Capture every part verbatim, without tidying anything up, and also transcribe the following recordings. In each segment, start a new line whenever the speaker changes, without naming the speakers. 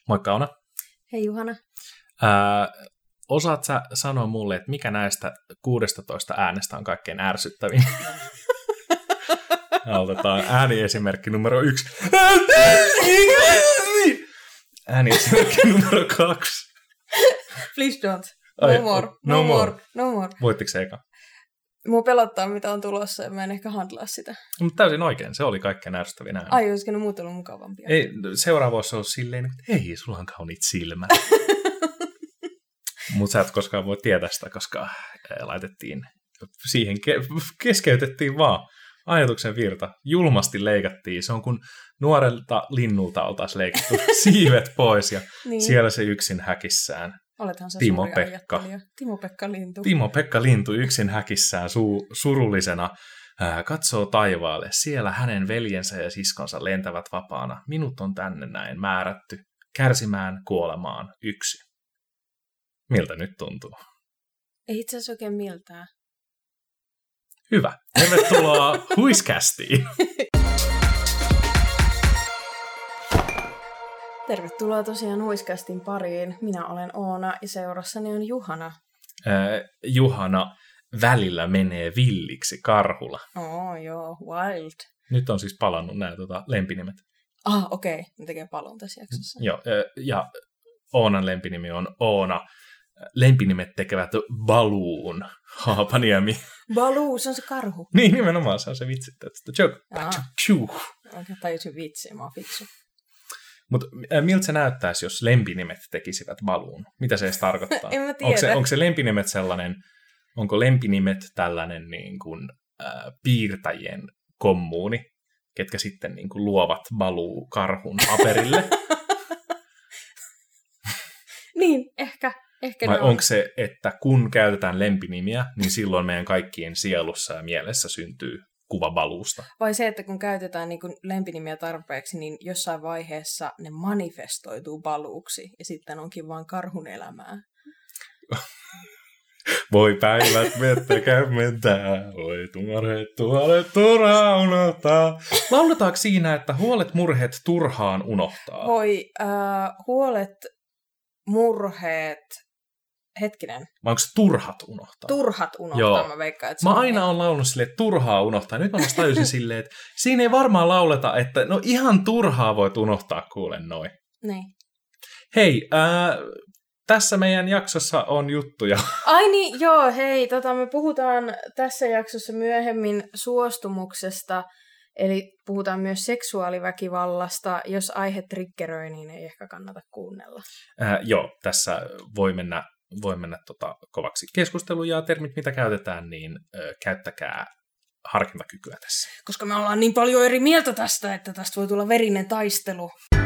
Moikka Oona.
Hei Juhana.
Ää, osaat sä sanoa mulle, että mikä näistä kuusitoista äänestä on kaikkein ärsyttävin? Otetaan ääniesimerkki numero yksi. Ääniesimerkki numero kaksi.
Please don't. No Ai, more. No, no more. more. No more.
Voittiko se eka?
Mua pelottaa, mitä on tulossa, ja mä en ehkä handlaa sitä.
Mutta täysin oikein. Se oli kaikkein ärsyttävin ääni.
Ai, olisiko ne muut ollut mukavampia?
Ei, seuraava olisi ollut silleen, että hei, sulla on kauniit silmät. Mutta sä et koskaan voi tietää sitä, koska laitettiin, siihen ke- keskeytettiin vaan ajatuksen virta. Julmasti leikattiin. Se on kun nuorelta linnulta oltaisiin leikattu siivet pois ja niin. Siellä se yksin häkissään.
Olethan sä
Timo
suuri
Pekka.
ajattelija. Timo Pekka Lintu.
Timo Pekka Lintu yksin häkissään su- surullisena ää, katsoo taivaalle. Siellä hänen veljensä ja siskonsa lentävät vapaana. Minut on tänne näin määrätty. Kärsimään, kuolemaan, yksi. Miltä nyt tuntuu?
Ei itse asiassa oikein miltään.
Hyvä. Tervetuloa Huiskästiin.
Tervetuloa tosiaan Huiskästin pariin. Minä olen Oona ja seurassani on Juhana.
Äh, Juhana välillä menee villiksi karhulla.
Oh joo, wild.
Nyt on siis palannut nämä tota, lempinimet.
Ah, okei. Okay. Ne tekee palon tässä jaksossa.
Joo, ja Oonan lempinimi on Oona. Lempinimet tekevät Baluun, Haapaniemi.
Baluu, se on se karhu.
Niin, nimenomaan se on se vitsi. Joke.
Okei, tajusin vitsi, mä oon fiksu.
Mutta miltä se näyttäisi, jos lempinimet tekisivät Baluun? Mitä se edes tarkoittaa?
En mä tiedä.
Onko se, onko se lempinimet sellainen, onko lempinimet tällainen niin kuin, äh, piirtäjien kommuuni, ketkä sitten niin kuin luovat Baluu-karhun paperille?
Niin, ehkä. Ehkä
Vai on. Onko se, että kun käytetään lempinimiä, niin silloin meidän kaikkien sielussa ja mielessä syntyy kuva Baluusta?
Vai se, että kun käytetään niin kuin lempinimiä tarpeeksi, niin jossain vaiheessa ne manifestoituu Baluuksi, ja sitten onkin vaan karhun elämää.
Voi päivät vettä kämmentää, voi tuoret tuoret turhaan unohtaa. Lauletaanko siinä, että huolet murheet turhaan unohtaa?
Voi äh, huolet murheet... Hetkinen.
Vai onko se turhat unohtaa?
Turhat unohtaa, Joo. mä veikkaan. Että
mä aina olen laulanut silleen, että turhaa unohtaa. Nyt mä vasta tajusin silleen, että siinä ei varmaan lauleta, että no ihan turhaa voit unohtaa, kuulen noin.
Niin.
Hei, äh, tässä meidän jaksossa on juttuja.
Ai niin, joo, hei, tota, me puhutaan tässä jaksossa myöhemmin suostumuksesta, eli puhutaan myös seksuaaliväkivallasta. Jos aihe triggeröi, niin ei ehkä kannata kuunnella.
Äh, joo, tässä voi mennä voi mennä tota, kovaksi keskusteluun ja termit, mitä käytetään, niin ö, käyttäkää harkintakykyä tässä.
Koska me ollaan niin paljon eri mieltä tästä, että tästä voi tulla verinen taistelu.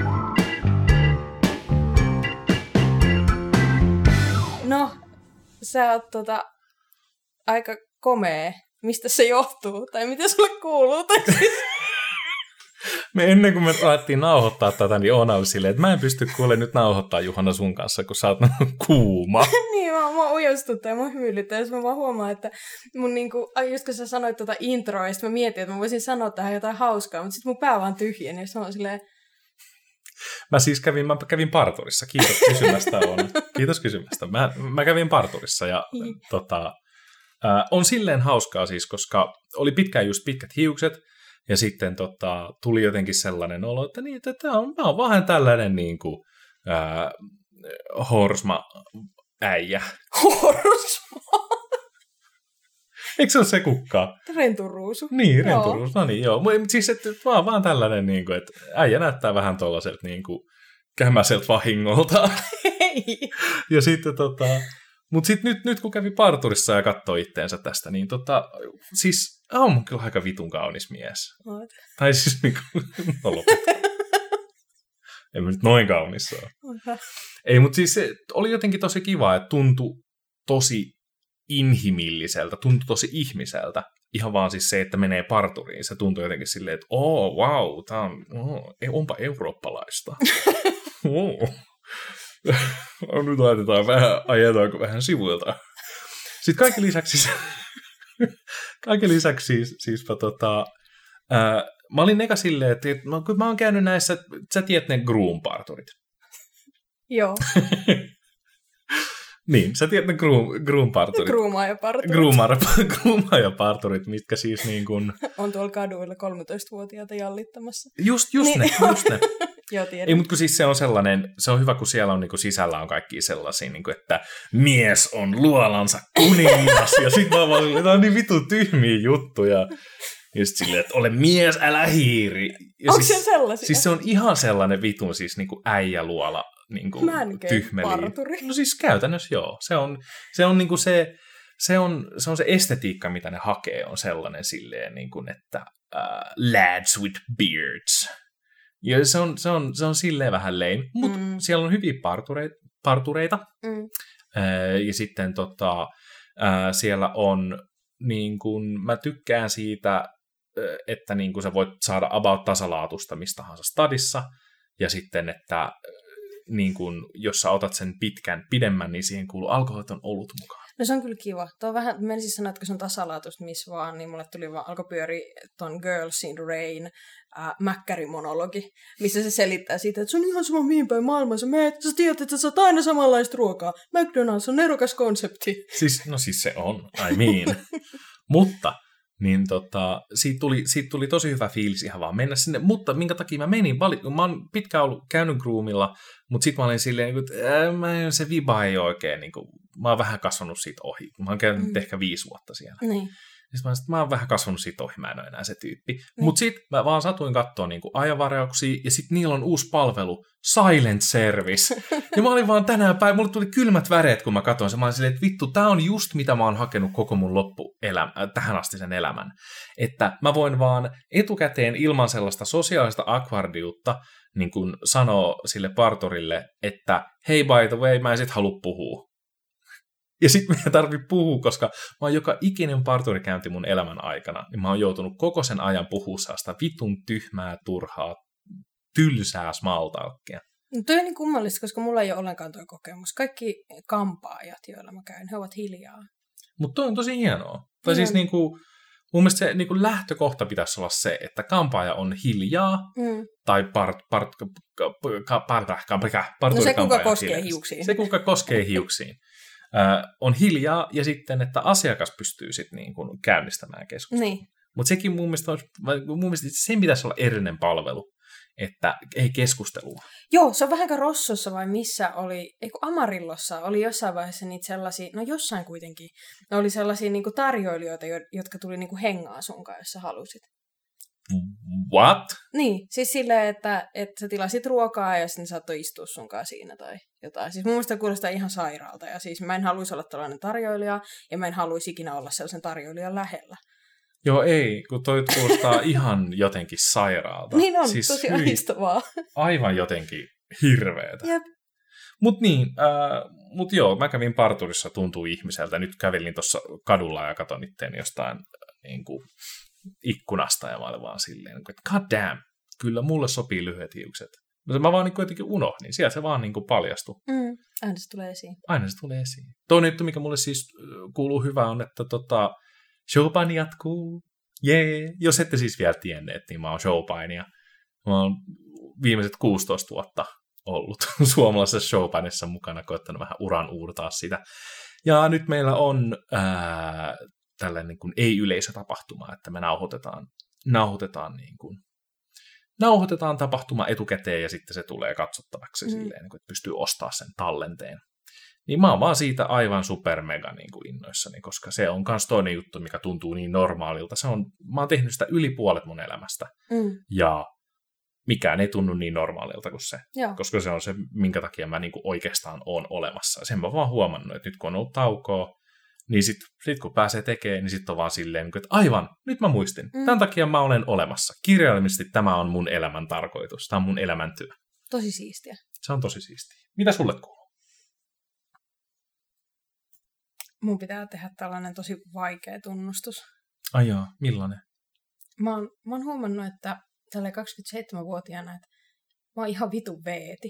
No, sä oot tota, aika komea. Mistä se johtuu? Tai mitä sulle kuuluu? Tai siis...
Me ennen kuin me alettiin nauhoittaa tätä, niin Oona oli silleen, että mä en pysty kuulemaan nyt nauhoittaa Juhana sun kanssa, kun sä oot kuuma.
Niin, mä, mä ujostuttaa ja mä hymyilyttää, jos mä vaan huomaan, että mun niinku, just kun sä sanoit tuota introa, ja sit mä mietin, että mä voisin sanoa tähän jotain hauskaa, mutta sit mun pää vaan tyhjeni, ja se on silleen...
Mä siis kävin, mä kävin parturissa, kiitos kysymästä Oona. Kiitos kysymästä. Mä, mä kävin parturissa ja tota, äh, on silleen hauskaa siis, koska oli pitkään just pitkät hiukset, ja sitten tota, tuli jotenkin sellainen olo, että, niin, että tämä on, mä oon vähän tällainen niin kuin, ää, horsma-äijä.
Horsma?
Eikö se ole se kukkaa?
Renturuusu.
Niin, renturuusu. No niin, joo. Siis että vaan, vaan tällainen, niin kuin, että äijä näyttää vähän tuollaiselta niin kuin kämäseltä vahingolta.
Ei.
Ja sitten tota... Mutta sitten nyt, nyt kun kävi parturissa ja katsoi itteensä tästä, niin tota, siis on kyllä aika vitun kaunis mies.
Oot.
Tai siis niinku, no lopettaa. En mä nyt noin kaunis ole.
Oota.
Ei, mutta siis se oli jotenkin tosi kiva, että tuntui tosi inhimilliseltä, tuntui tosi ihmiseltä. Ihan vaan siis se, että menee parturiin. Se tuntui jotenkin silleen, että oh, wow, tää on, oh, onpa eurooppalaista. Oh. Nyt laitetaan vähän, ajetaanko vähän sivuilta. Sitten kaiken lisäksi, kaiken lisäksi siis, siispä tota, ää, mä olin eka silleen, että mä, kun mä oon käynyt näissä, sä tiedät ne groom-parturit.
Joo.
Niin, sä tiedät ne groom, groom-parturit.
Groomaajaparturit.
Groomaajaparturit, mitkä siis niin kuin...
On tuolla kaduilla kolmetoistavuotiaita jallittamassa.
Just, just
niin.
ne, just ne.
Joo, tiedän.
Ei, mutta siis se on sellainen, se on hyvä, kun siellä on niin kuin sisällä on kaikkia sellaisia, niin kuin, että mies on luolansa kuningas, ja sit mä vaan silleen, että on niin vitun tyhmiä juttuja. Ja sit silleen, että ole mies, älä hiiri. Ja
onko
siis,
se sellaisia?
Siis se on ihan sellainen vitun siis niin kuin äijäluola. Niin kuin
Mänkö-parturi.
No siis käytännössä joo. Se on se, on niin kuin se, se, on, se on se estetiikka, mitä ne hakee, on sellainen silleen, niin kuin, että uh, lads with beards. Ja se on, se on, se on silleen vähän lame, mutta mm. siellä on hyviä partureita. partureita. Mm. Uh, ja sitten tota, uh, siellä on, niin kuin, mä tykkään siitä, että niin kuin sä voit saada about tasalaatusta mistä tahansa stadissa, ja sitten, että niin kun, jos sä otat sen pitkän, pidemmän, niin siihen kuuluu alkoholiton olut mukaan.
No se on kyllä kiva. Tuo vähän, mä en siis sanoa, että kun se on tasalaatusta missä vaan, niin mulle tuli vaan, alkoi pyöri ton Girls in Rain äh, mäkkärimonologi, missä se selittää siitä, että se on ihan sama mihin päin maailmaa sä meet, sä tiedät, että sä saat aina samanlaista ruokaa. McDonald's on nerokas konsepti.
Siis, no siis se on, I mean. Mutta niin tota, siitä, tuli, siitä tuli tosi hyvä fiilis ihan vaan mennä sinne, mutta minkä takia mä menin, vali- mä oon pitkään ollut käynyt groomilla, mutta sit mä olin silleen, että äh, mä, se viba ei oikein, niin kuin, mä oon vähän kasvanut siitä ohi, mä oon käynyt mm. ehkä viisi vuotta siellä.
Niin.
Sitten mä, sit, mä oon vähän kasvanut siitä ohi, mä en ole enää se tyyppi. Niin. Mutta sit mä vaan satuin katsoa niin ajanvarauksia, ja sit niillä on uusi palvelu, Silent Service. Ja mä olin vaan tänään päin, mulle tuli kylmät väreet, kun mä katsoin sen. Mä olin silleen, että vittu, tää on just mitä mä oon hakenut koko mun loppuelämä, äh, tähän asti sen elämän. Että mä voin vaan etukäteen ilman sellaista sosiaalista akvardiutta niin kun sanoa sille parturille, että hei by the way, mä en sit halua puhua. Ja sit me ei tarvitse puhua, koska mä oon joka ikinen parturikäynti mun elämän aikana, niin mä oon joutunut koko sen ajan puhua sitä vitun tyhmää, turhaa, tylsää smaltalkkia.
No toi on niin kummallista, koska mulla ei ole ollenkaan tuo kokemus. Kaikki kampaajat, joilla mä käyn, he ovat hiljaa.
Mutta toi on tosi hienoa. Tai siis niinku, mun mielestä se niinku lähtökohta pitäisi olla se, että kampaaja on hiljaa, mm. tai part, part, part, part, part,
no se, kuka koskee hiuksiin.
Se, kuka koskee hiuksiin. Uh, on hiljaa, ja sitten, että asiakas pystyy sitten niin kuin käynnistämään keskustelua.
Niin.
Mutta sekin mun mielestä, on, mun mielestä sen pitäisi olla erillinen palvelu, että ei keskustelua.
Joo, se on vähän kuin Rossossa vai missä oli, eiku Amarillossa oli jossain vaiheessa niitä sellaisia, no jossain kuitenkin, ne oli sellaisia niin kuin tarjoilijoita, jotka tuli niin kuin hengaa sunkaan, jos sä halusit.
What?
Niin, siis silleen, että, että sä tilasit ruokaa ja sitten saattoi istua sunkaan siinä tai jotain. Siis mun mielestä kuulostaa ihan sairaalta ja siis mä en haluaisi olla tällainen tarjoilija ja mä en haluaisi ikinä olla sellaisen tarjoilijan lähellä.
Joo ei, kun toi kuulostaa ihan jotenkin sairaalta.
Niin on,
siis
tosi ahistavaa.
Aivan jotenkin hirveetä.
Jep.
Mut niin, äh, mut joo, mä kävin parturissa, tuntuu ihmiseltä. Nyt kävelin tuossa kadulla ja katon itteeni jostain niin kuin ikkunasta ja mä olin vaan silleen, että god damn, kyllä mulle sopii lyhyet hiukset. Mutta mä vaan niin jotenkin unohdin. Sieltä se vaan niin kuin paljastui.
Mm, aina se tulee esiin.
Aina se tulee esiin. Toinen juttu, mikä mulle siis kuuluu hyvä, on, että tota, showpaini jatkuu. Jee. Yeah. Jos ette siis vielä tienneet, niin mä oon showpainia. Mä oon viimeiset kuusitoista vuotta ollut suomalaisessa showpainissa mukana, koettanut vähän uran uurtaa sitä. Ja nyt meillä on ää, tällainen niin kuin ei-yleisötapahtuma, että me nauhoitetaan, nauhoitetaan, niin kuin, nauhoitetaan tapahtuma etukäteen ja sitten se tulee katsottavaksi mm. silleen, niin kuin, että pystyy ostamaan sen tallenteen. Niin mä oon vaan siitä aivan super mega niin kuin innoissani, koska se on myös toinen juttu, mikä tuntuu niin normaalilta. Se on, mä oon tehnyt sitä yli puolet mun elämästä mm. ja mikään ei tunnu niin normaalilta kuin se, Joo. koska se on se, minkä takia mä niin kuin oikeastaan oon olemassa. Sen mä vaan huomannut, että nyt kun on ollut taukoa, niin sitten sit kun pääsee tekemään, niin sitten on vaan silleen, että aivan, nyt mä muistin. Mm. Tämän takia mä olen olemassa. Kirjaimellisesti tämä on mun elämän tarkoitus. Tämä on mun elämäntyö.
Tosi siistiä.
Se on tosi siistiä. Mitä sulle kuuluu?
Mun pitää tehdä tällainen tosi vaikea tunnustus.
Ai jaa, millainen?
Mä oon, mä oon huomannut, että tällä kaksikymmentäseitsemänvuotiaana, että mä oon ihan vitu veeti.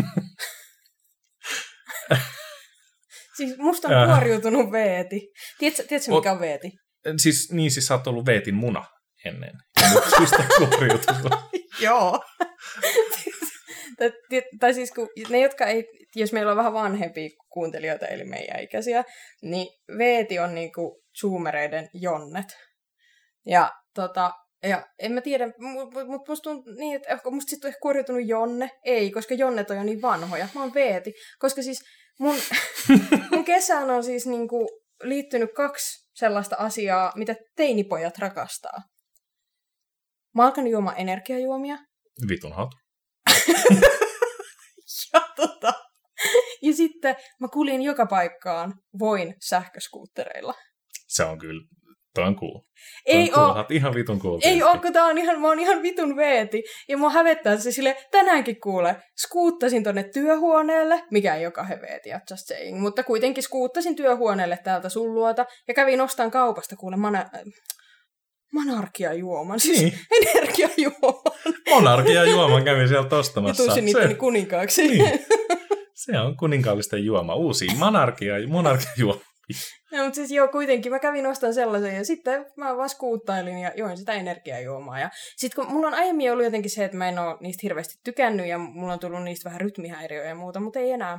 Siis musta on kuoriutunut veeti. Tiedätkö, tiedätkö mikä on veeti?
Siis, niin, siis sä oot ollut veetin muna ennen. Ja nyt susta kuoriutunut.
Joo. tai, tai siis kun ne, jotka ei, jos meillä on vähän vanhempia kuuntelijoita, eli meidän ikäisiä, niin Veeti on niinku zoomereiden jonnet. Ja tota, ja en mä tiedä, mutta musta tuntuu niin, että musta sitten on ehkä korjautunut Jonne. Ei, koska Jonnet on jo niin vanhoja. Mä oon Veeti. Koska siis mun, mun kesään on siis niinku liittynyt kaksi sellaista asiaa, mitä teinipojat rakastaa. Mä oon alkanut juomaan energiajuomia.
Vitun hot.
ja, tota, ja sitten mä kuljin joka paikkaan voin sähköskuuttereilla.
Se on kyllä. Toi on cool.
Ei
cool.
oo.
Ihan vitun cool.
Ei oo, kun tää on ihan, mä oon ihan vitun Veeti. Ja mua hävettää se sille, tänäänkin kuule, skuuttasin tonne työhuoneelle, mikä ei ole kahden Veetiä, just saying, mutta kuitenkin skuuttasin työhuoneelle täältä sun luota, ja kävin ostaan kaupasta kuule mana, monarkiajuoman, siis niin. energiajuoman.
Monarkiajuoman kävin sieltä ostamassa.
Ja tusin niitteni kuninkaaksi.
Niin. Se on kuninkaallisten juoma, uusi monarkia, monarkiajuoma.
No, mutta siis joo, kuitenkin mä kävin ostamaan sellaisen ja sitten mä vaan skuuttailin ja join sitä energiajuomaa. Ja sitten kun mulla on aiemmin ollut jotenkin se, että mä en ole niistä hirveästi tykännyt ja mulla on tullut niistä vähän rytmihäiriöjä ja muuta, mutta ei enää.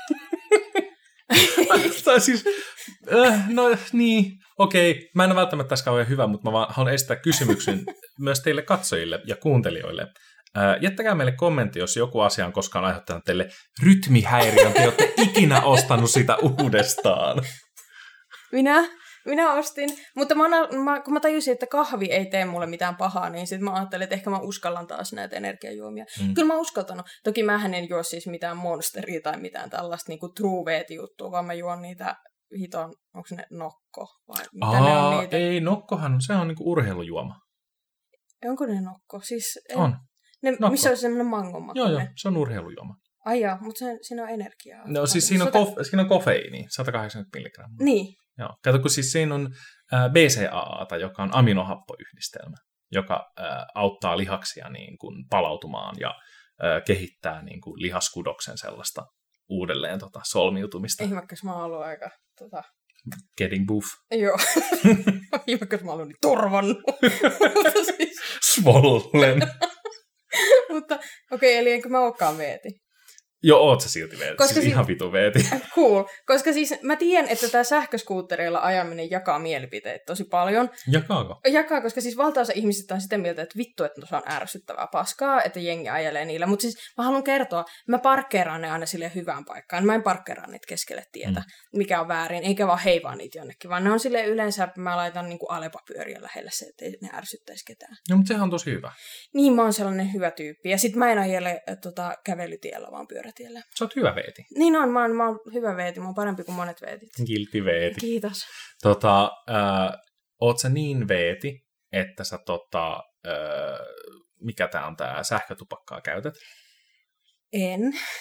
tai siis, äh, no niin, okei. Okay. Mä en ole välttämättä tässä kauhean hyvä, mutta mä vaan haluan esittää kysymyksen myös teille katsojille ja kuuntelijoille. Äh, jättäkää meille kommentti, jos joku asia on koskaan aiheuttanut teille rytmihäiriön, te olette ikinä ostanut sitä uudestaan.
Minä? Minä ostin, mutta mä, mä, kun mä tajusin, että kahvi ei tee mulle mitään pahaa, niin sitten mä ajattelin, että ehkä mä uskallan taas näitä energiajuomia. Mm. Kyllä mä oon uskaltanut. Toki mähän en juo siis mitään monsteria tai mitään tällaista niinku true veeti-juttua, vaan mä juon niitä hiton, onko ne nokko vai mitä
Aa,
ne on niitä?
Ei, nokkohan, se on niinku urheilujuoma.
Onko ne nokko? Siis,
on.
Ne, missä on semmoinen mangonmaku?
Joo, joo, se on urheilujuoma.
Ai joo, mutta se, siinä on energiaa.
No siis siinä on, kof, siinä on kofeiini, sata kahdeksankymmentä milligrammaa.
Niin.
Joo. Kato, kun siis siinä on äh, B C A A, joka on aminohappoyhdistelmä, joka äh, auttaa lihaksia niin kuin palautumaan ja äh, kehittää niin kuin lihaskudoksen sellaista uudelleen tota, solmiutumista.
Ihmekäs mä oon ollut aika... Tota...
Getting buff.
Joo. Ihmekäs mä oon ollut niin torvannut. siis...
Swollen.
Mutta okei, okay, eli enkö mä olekaan Veeti?
Joo, oot sä silti Veeti. Siis
si-
ihan vitu Veeti.
Cool. Koska siis mä tiedän, että tää sähköskuuttereilla ajaminen jakaa mielipiteitä tosi paljon.
Jakaako?
Jakaa, koska siis valtaosa ihmisistä on sitä mieltä, että vittu, että se on ärsyttävää paskaa, että jengi ajelee niillä. Mutta siis mä haluan kertoa, mä parkkeeraan ne aina silleen hyvään paikkaan. Mä en parkkeeraa niitä keskelle tietä, mm. mikä on väärin, eikä vaan heivaa niitä jonnekin, vaan ne on silleen yleensä, mä laitan niinku alepapyöriä lähellä se, ettei ne ärsyttäisi ketään.
No, mutta sehän on tosi hyvä.
Niin, mä oon sellainen hyvä tyyppi. Ja sit mä en ajele tota, kävelytiellä, vaan pyörätiellä.
Sä oot hyvä Veeti.
Niin on, mä oon, mä oon hyvä Veeti, mä oon parempi kuin monet Veetit.
Kiltti Veeti.
Kiitos.
Tota, äh, oot sä niin Veeti, että sä tota, äh, mikä tää on tää, sähkötupakkaa käytät?
En.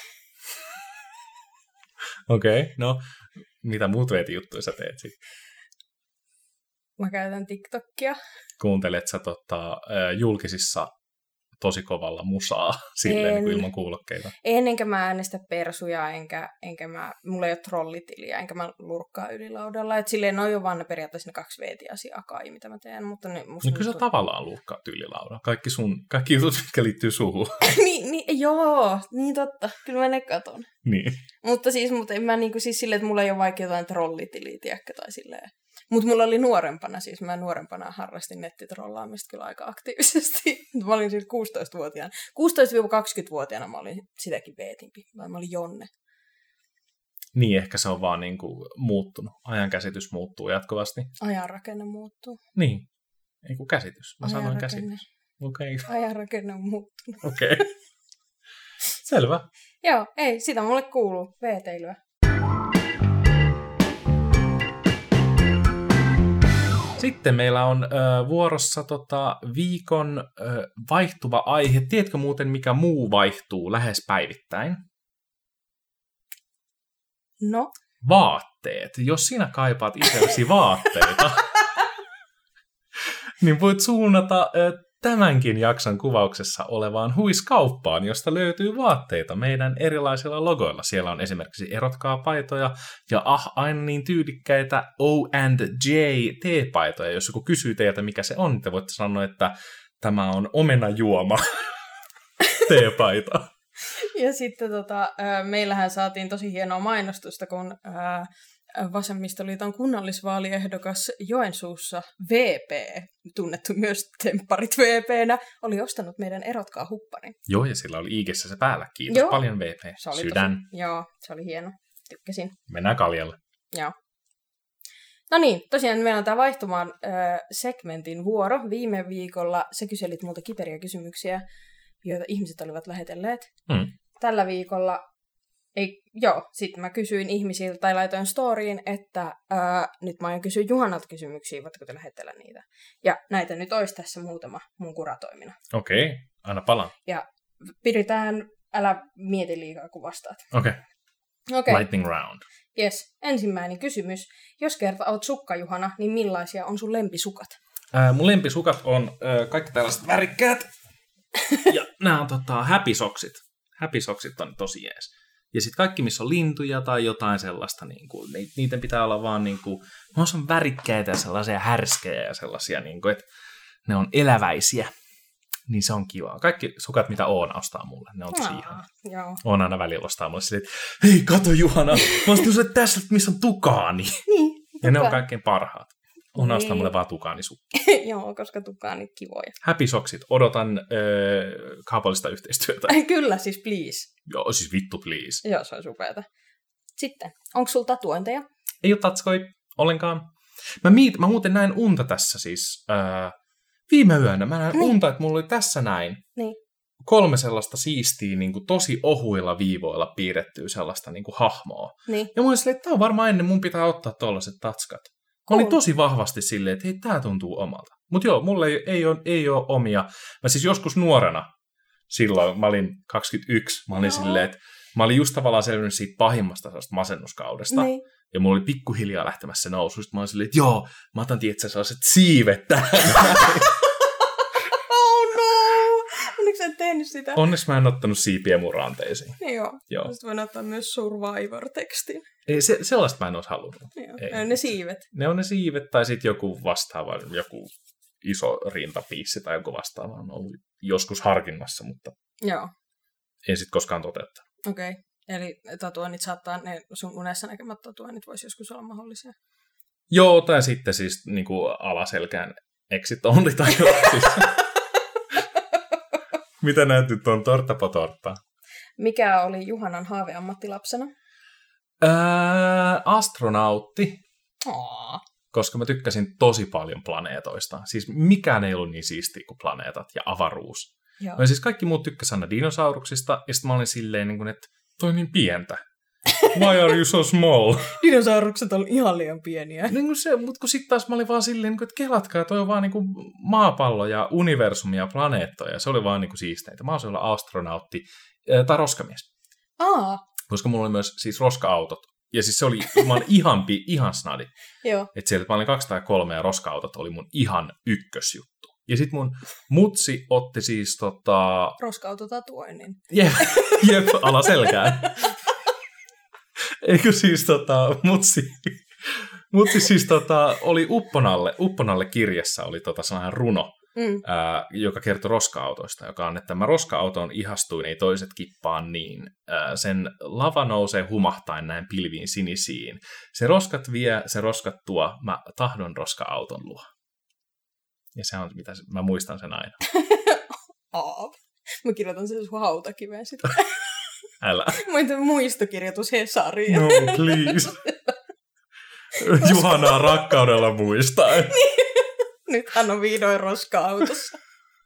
Okei, okay, no mitä muut Veeti-juttuja sä teet sit?
Mä käytän TikTokia.
Kuuntelet sä tota, äh, julkisissa tosi kovalla musaa silleen niin kuin ilman kuulokkeita?
En, enkä mä äänestä persuja, enkä, enkä mä, mulla ei ole trollitiliä, enkä mä lurkkaa ylilaudalla. Et silleen ne on jo vaan ne periaatteessa ne kaksi veetiasiaa kai, mitä mä teen. Mutta ne, musta
niin kyllä sä tavallaan lurkkaat ylilaudalla. Kaikki, sun, kaikki jutut, mitkä liittyy suhun.
niin, niin, joo, niin totta. Kyllä mä ne katon.
Niin.
Mutta siis, mutta en mä niinku siis silleen, että mulla ei ole vaikka jotain trollitiliä, tiedäkö, tai silleen. Mutta mulla oli nuorempana, siis mä nuorempana harrastin nettitrollaamista kyllä aika aktiivisesti. Mä olin siis kuusitoistavuotiaana. kuusitoista-kaksikymmentävuotiaana mä olin sitäkin veetimpi, vai mä olin Jonne.
Niin, ehkä se on vaan niin kuin muuttunut. Ajankäsitys muuttuu jatkuvasti.
Ajanrakenne muuttuu.
Niin, ei kun käsitys. Mä sanoin käsitys.
Okei. Okay. Ajanrakenne on muuttunut.
Okei. Okay. Selvä.
Joo, ei, sitä mulle kuuluu, veeteilyä.
Sitten meillä on ö, vuorossa tota, viikon ö, vaihtuva aihe. Tiedätkö muuten, mikä muu vaihtuu lähes päivittäin?
No?
Vaatteet. Jos sinä kaipaat itsellesi vaatteita, niin voit suunnata ö, tämänkin jakson kuvauksessa olevaan huiskauppaan, josta löytyy vaatteita meidän erilaisilla logoilla. Siellä on esimerkiksi erotkaa-paitoja ja ah, aina niin tyylikkäitä O and J teepaitoja. Jos joku kysyy teiltä, mikä se on, te voitte sanoa, että tämä on omenajuoma teepaita.
Ja sitten tota, meillähän saatiin tosi hienoa mainostusta, kun Vasemmistoliiton kunnallisvaaliehdokas Joensuussa V P, tunnettu myös Tempparit V P:nä, oli ostanut meidän Erotkaa hupparin.
Joo, ja sillä oli iikessä se päällä. Kiitos joo. paljon V P.
Se oli
Sydän.
Tosi, joo, se oli hieno. Tykkäsin.
Mennään kaljalle.
Joo. No niin, tosiaan meillä on tämä vaihtumaan äh, segmentin vuoro. Viime viikolla sä kyselit multa kiperiä kysymyksiä, joita ihmiset olivat lähetelleet. Mm. Tällä viikolla, ei, joo, sitten mä kysyin ihmisiltä tai laitoin storyin, että äh, nyt mä aion kysyä Juhanalta kysymyksiä, voitteko te lähetellä niitä. Ja näitä nyt olisi tässä muutama mun kuratoimina.
Okei, okay. Anna palaan.
Ja pidetään, älä mieti liikaa kun vastaat.
Okei. Okay. Okay. Lightning round.
Yes. Ensimmäinen kysymys. Jos kerta oot sukka, Juhana, niin millaisia on sun lempisukat?
Ää, mun lempisukat on ää, kaikki tällaiset värikkäät. Ja nämä on tota, happy soksit. Happy soksit on tosi jees. Ja sitten kaikki, missä on lintuja tai jotain sellaista, niin kuin, niiden pitää olla vaan niin kuin, on värikkäitä ja sellaisia härskejä ja sellaisia, niin kuin, että ne on eläväisiä. Niin se on kivaa. Kaikki sukat, mitä Oona ostaa mulle, ne on tosi ihana. Oona aina välillä ostaa mulle silleen, että hei, kato Juhana, mä ostin sulle tässä, missä on tukaani.
Niin,
ja ne on kaikkein parhaat. Oona niin. Ostaa mulle vaan tukaanisukkia.
Joo, koska tukaanit kivoja.
Happy soksit. Odotan öö, kaupallista yhteistyötä.
Kyllä, siis please.
Joo, siis vittu please.
Joo, se on supeata. Sitten, onko sulla tatuointeja?
Ei ole tatskoi ollenkaan. Mä, miit, mä muuten näin unta tässä siis. Öö, Viime yönä mä näin niin. unta, että mulla oli tässä näin
niin.
kolme sellaista siistiä, niin kuin tosi ohuilla viivoilla piirrettyä sellaista niin kuin hahmoa.
Niin.
Ja mä olin silleen, että tää on varmaan ennen, mun pitää ottaa tollaset tatskat. Mä olin tosi vahvasti silleen, että hei, tää tuntuu omalta. Mut joo, mulla ei, ei, ole, ei ole omia. Mä siis joskus nuorena, silloin mä olin kaksikymmentäyksi, mä olin no. silleen, että mä olin just tavallaan selvinnyt siitä pahimmasta masennuskaudesta. Niin. Ja mulla oli pikkuhiljaa lähtemässä nousu. Sitten mä olin silleen, että joo, mä otan tietysti sellaiset siivet tähän.
Oh no! Onneksi sä et tehnyt sitä?
Onneksi mä en ottanut siipiä mun ranteisiin.
Joo. joo. Sitten voin ottaa myös Survivor-tekstin.
Ei, se, sellaista mä en olisi halunnut.
Joo. Ei. Ne on ne siivet.
Ne on ne siivet tai sitten joku vastaava, joku iso rintapiissi tai joku vastaava on ollut joskus harkinnassa, mutta
joo.
en sitten koskaan toteuttaa.
Okei. Okay. Eli tatuoinnit saattaa, ne sun unessa näkemät tatuoinnit voisi joskus olla mahdollisia.
Joo, tai sitten siis niin kuin alaselkään exit-only tai jotain. Mitä näet nyt on torta po torta?
Mikä oli Juhanan haave ammattilapsena?
Ää, astronautti.
Aa.
Koska mä tykkäsin tosi paljon planeetoista. Siis mikään ei ollut niin siistiä kuin planeetat ja avaruus.
Joo.
Mä siis kaikki muut tykkäsivät aina dinosauruksista, ja sitten mä olin silleen, niin kuin, että toi on niin pientä. Why are you so small?
Dinosaurukset on ihan liian pieniä.
Niin kuin se, mutta kun sitten taas mä olin vaan silleen, että kelatkaa, toi on vaan niin kuin maapallo ja universumi ja planeettoja. Se oli vaan niin kuin siisteitä. Mä olisin olla astronautti tai roskamies.
Aa.
Koska mulla oli myös siis roska-autot. Ja siis se oli, mä olin ihan, ihan snadi.
Joo.
Että sieltä mä olin kaksi tai kolme ja roska-autot oli mun ihan ykkösjuttu. Ja sit mun mutsi otti siis tota...
roska-autotatuoinnin.
Jep, jep, alaselkään. Eikö siis tota, mutsi, mutsi siis tota, oli Upponalle, Upponalle kirjassa oli tota sellainen runo, mm. ää, joka kertoi roska-autoista, joka on, että mä roska-autoon ihastuin, ei toiset kippaan niin. Ää, sen lava nousee humahtain näin pilviin sinisiin. Se roskat vie, se roskat tuo, mä tahdon roska-auton luo. Ja se on, mitä mä muistan sen aina.
Aa, mä kirjoitan sen sun hautakiveen sitten.
Älä.
Mä muistokirjoitus Hesariin.
No, please. Juhanaa rakkaudella muistaen.
Nyt hän on vihdoin roska-autossa.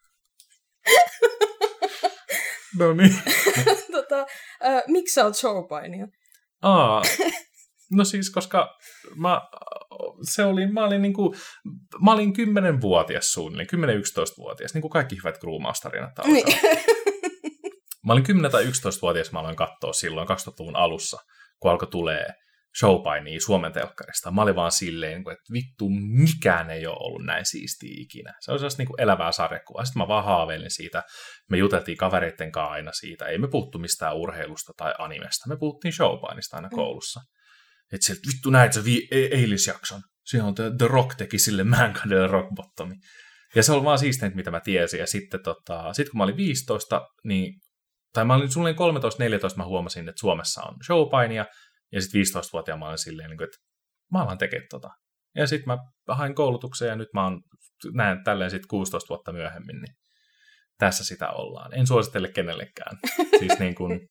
No niin.
tota, äh, miksi sä oot showpainia?
Aa, no siis koska mä, se oli, mä olin niinku, mä olin kymmenvuotias suunnilleen, kymmenen-yksitoista-vuotias, niin kuin kaikki hyvät Groomaustarinat alkaa. Niin. Mä olin kymmenen- tai yksitoista-vuotias, mä aloin katsoa silloin kaksituhattaluvun alussa, kun alkoi tulee showpainia Suomen telkkarista. Mä olin vaan silleen, että vittu, mikään ei ole ollut näin siistiä ikinä. Se oli sellaista niin elävää sarjakuvaa. Sitten mä vaan haaveilin siitä. Me juteltiin kavereitten kanssa aina siitä. Ei me puhuttu mistään urheilusta tai animesta. Me puhuttiin showpainista aina koulussa. Että sieltä, vittu näit sä vi- e- eilisjakson. Siinä on The Rock teki sille Mankadelle Rock Bottomi. Ja se oli vaan siisteintä, mitä mä tiesin. Ja sitten tota, sit kun mä olin viisitoista, niin tai mä olin suunnilleen kolmetoista neljätoista, mä huomasin, että Suomessa on showpainia, ja sitten viisitoistavuotiaana mä olin silleen, että mä alan tekemään tota. Ja sitten mä hain koulutuksen, ja nyt mä oon, näen tälleen sitten kuusitoista vuotta myöhemmin, niin tässä sitä ollaan. En suosittele kenellekään. Siis niin kuin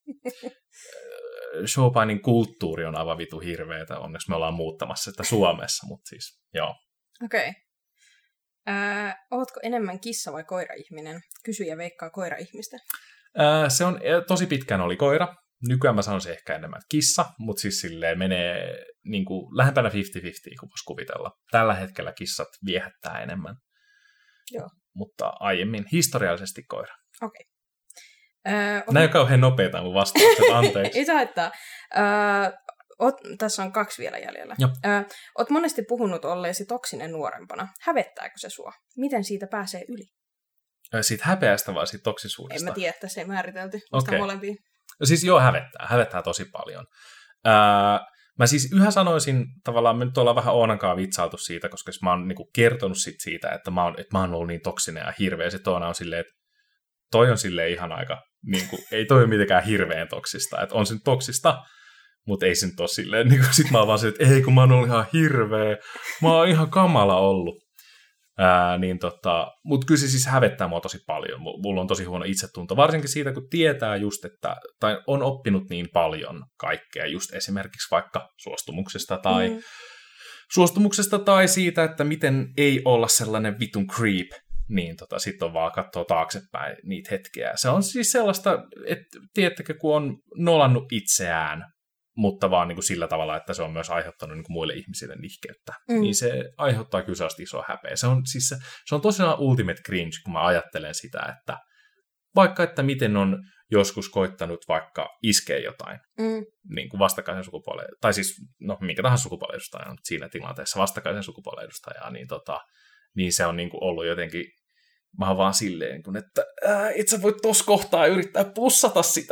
showpainin kulttuuri on aivan vitu hirveetä. Onneksi me ollaan muuttamassa sitä Suomessa, mutta siis joo.
Okei. Okay. Äh, ootko enemmän kissa- vai koira-ihminen? Kysyjä veikkaa koira-ihmistä.
Äh, se on, tosi pitkään oli koira. Nykyään mä sanoisin ehkä enemmän kissa, mutta siis silleen menee niin kuin lähempänä viisikymmentä viisikymmentä, kun voisi kuvitella. Tällä hetkellä kissat viehättää enemmän.
Joo.
Mutta aiemmin historiallisesti koira.
Okei. Okay. Äh,
Näin on kauhean nopeita mun vastaukset, anteeksi.
Ei saa haittaa. Äh, Oot, tässä on kaksi vielä jäljellä. Ö, oot monesti puhunut olleesi toksinen nuorempana. Hävettääkö se sua? Miten siitä pääsee yli?
Siitä häpeästä vai siitä toksisuudesta?
En mä tiedä, että se ei määritelty. Mistä
okay.
molempiin?
Siis joo, hävettää. Hävettää tosi paljon. Ää, mä siis yhä sanoisin, tavallaan me nyt ollaan vähän Oonankaan vitsailtu siitä, koska mä oon niinku kertonut sit siitä, että mä, oon, että mä oon ollut niin toksinen ja hirveä. Sitten Oona on silleen, että toi on silleen ihan aika, niinku, ei toi ole mitenkään hirveän toksista. Että on se nyt toksista, mutta ei se nyt ole silleen, niin sit mä oon vaan silleen, että ei kun mä oon ollut ihan hirveä, mä oon ihan kamala ollut. Ää, niin tota, mutta kyllä se siis hävettää mua tosi paljon. Mulla on tosi huono itsetunto, varsinkin siitä, kun tietää just, että, tai on oppinut niin paljon kaikkea, just esimerkiksi vaikka suostumuksesta tai, mm. suostumuksesta tai siitä, että miten ei olla sellainen vitun creep, niin tota, sitten on vaan katsoa taaksepäin niitä hetkiä. Se on siis sellaista, että tiedättekö, kun on nolannut itseään, mutta vaan niin kuin sillä tavalla, että se on myös aiheuttanut niin kuin muille ihmisille nihkeyttä. Mm. Niin se aiheuttaa kyllä sellaista isoa häpeä. Se on, siis se, se on tosiaan ultimate cringe, kun mä ajattelen sitä, että vaikka että miten on joskus koittanut vaikka iskeä jotain mm. niin kuin vastakkaisen sukupuolen, tai siis no minkä tahansa sukupuolen edustajan, mutta siinä tilanteessa vastakkaisen sukupuolen edustajaa, niin, tota, niin se on niin kuin ollut jotenkin, mä oon vaan silleen, kun, että ää, et sä voit tossa kohtaa yrittää pussata sitä.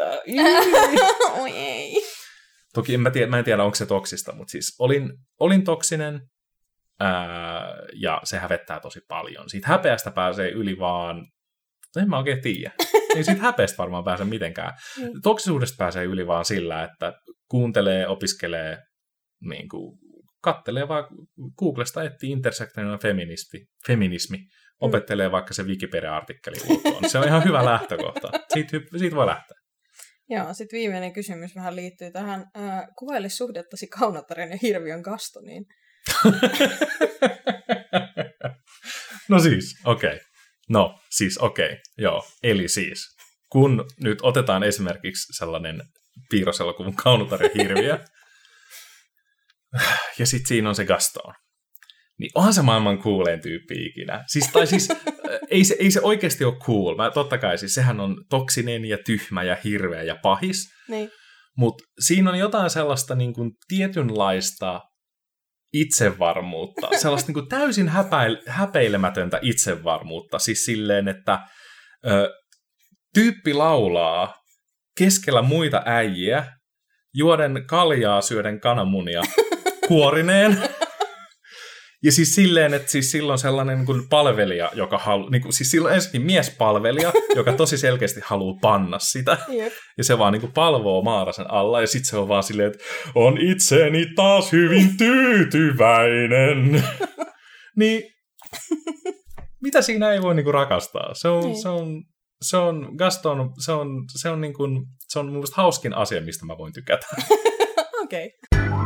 Oi ei.
Toki en mä, tiedä, mä en tiedä, onko se toksista, mutta siis olin, olin toksinen ää, ja se hävettää tosi paljon. Siitä häpeästä pääsee yli vaan, en mä oikein tiedä. Ei siitä häpeästä varmaan pääse mitenkään. Toksisuudesta pääsee yli vaan sillä, että kuuntelee, opiskelee, niin kuin, kattelee vaan Googlesta, etsii intersektionaalinen feminismi, feminismi, opettelee vaikka se Wikipedia-artikkeli ulkoon. Se on ihan hyvä lähtökohta. Siitä, siitä voi lähteä.
Joo, sitten viimeinen kysymys vähän liittyy tähän. Äh, kuvaile suhdettasi Kaunottaren ja Hirviön Gastoniin.
No siis, okei. Okay. No, siis okei. Okay. Joo, eli siis, kun nyt otetaan esimerkiksi sellainen piirroselokuvan Kaunotar ja Hirviö, ja sitten siinä on se Gaston, niin onhan se maailman coolein tyyppi ikinä. Siis, tai siis, ei se, ei se oikeasti ole cool. Mä, totta kai, siis sehän on toksinen ja tyhmä ja hirveä ja pahis.
Niin.
Mutta siinä on jotain sellaista niin kuin, tietynlaista itsevarmuutta. Sellaista niin kuin, täysin häpäil, häpeilemätöntä itsevarmuutta. Siis silleen, että ö, tyyppi laulaa keskellä muita äijiä, juoden kaljaa, syöden kananmunia, kuorineen. Ja siis silleen, että siis silloin sellainen niin kuin palvelija, joka haluaa, niin kuin, siis silloin ensinnäkin miespalvelija, joka tosi selkeästi haluaa panna sitä. Yep. Ja se vaan niin kuin palvoo Maarasen alla, ja sitten se on vaan silleen, että on itseni taas hyvin tyytyväinen. Niin, mitä siinä ei voi niin kuin rakastaa? Se on, niin. se on, se on, Gaston, se on, se on, niin kuin, se on mun mielestä hauskin asia, mistä mä voin tykätä.
Okei. Okay.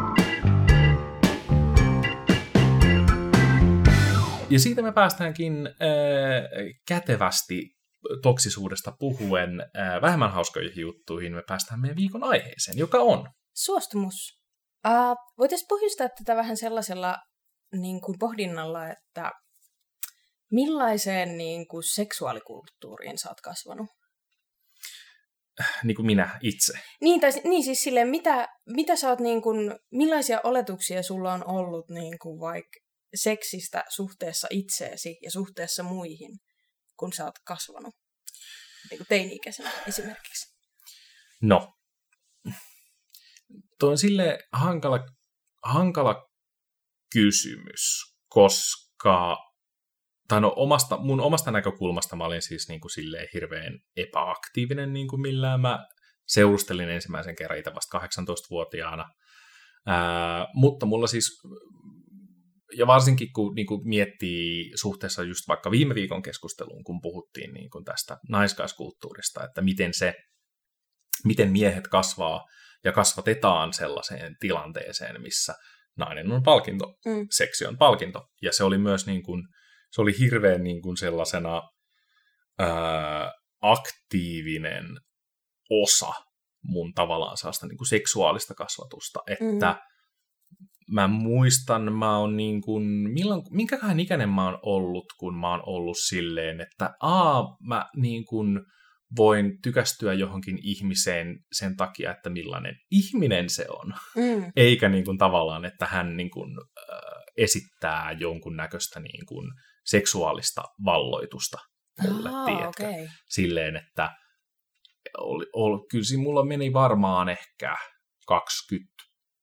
Ja siitä me päästäänkin äh, kätevästi toksisuudesta puhuen äh, vähemmän hauskoihin juttuihin. Me päästään meidän viikon aiheeseen, joka on
suostumus. Uh, voitaisiin pohjustaa tätä vähän sellaisella niin kuin pohdinnalla, että millaiseen niin kuin seksuaalikulttuuriin sä oot kasvanut?
Niin kuin minä itse.
Niin, tai, niin siis silleen, mitä, mitä sä oot niin kuin, millaisia oletuksia sulla on ollut niin kuin vaikka seksistä suhteessa itseesi ja suhteessa muihin, kun sä oot kasvanut? Niin kuin teini-ikäisenä esimerkiksi.
No. Tuo on silleen hankala, hankala kysymys, koska tai no omasta, mun omasta näkökulmasta mä olin siis niin kuin silleen hirveän epäaktiivinen niin kuin millään. Mä seurustelin ensimmäisen kerran itse vasta kahdeksantoistavuotiaana. Ää, mutta mulla siis, ja varsinkin kun niin kuin miettii suhteessa just vaikka viime viikon keskusteluun, kun puhuttiin niin kuin tästä naiskaiskulttuurista, että miten se, miten miehet kasvaa ja kasvatetaan sellaiseen tilanteeseen, missä nainen on palkinto, mm. seksi on palkinto. Ja se oli myös niin kuin, se oli hirveän niin kuin sellaisena ää, aktiivinen osa mun tavallaan sellaista niin kuin seksuaalista kasvatusta, että mm. mä muistan, mä oon niin kuin, milloin, minkäköhän ikäinen mä oon ollut, kun mä oon ollut silleen, että aa, mä niin kuin voin tykästyä johonkin ihmiseen sen takia, että millainen ihminen se on. Mm. Eikä niin kuin tavallaan, että hän niin kuin, äh, esittää jonkun näköistä niin kuin seksuaalista valloitusta mulle,
oh,
tiedätkö?
Okay.
Silleen, että oli, oli, kyllä siinä mulla meni varmaan ehkä kaksikymmentä,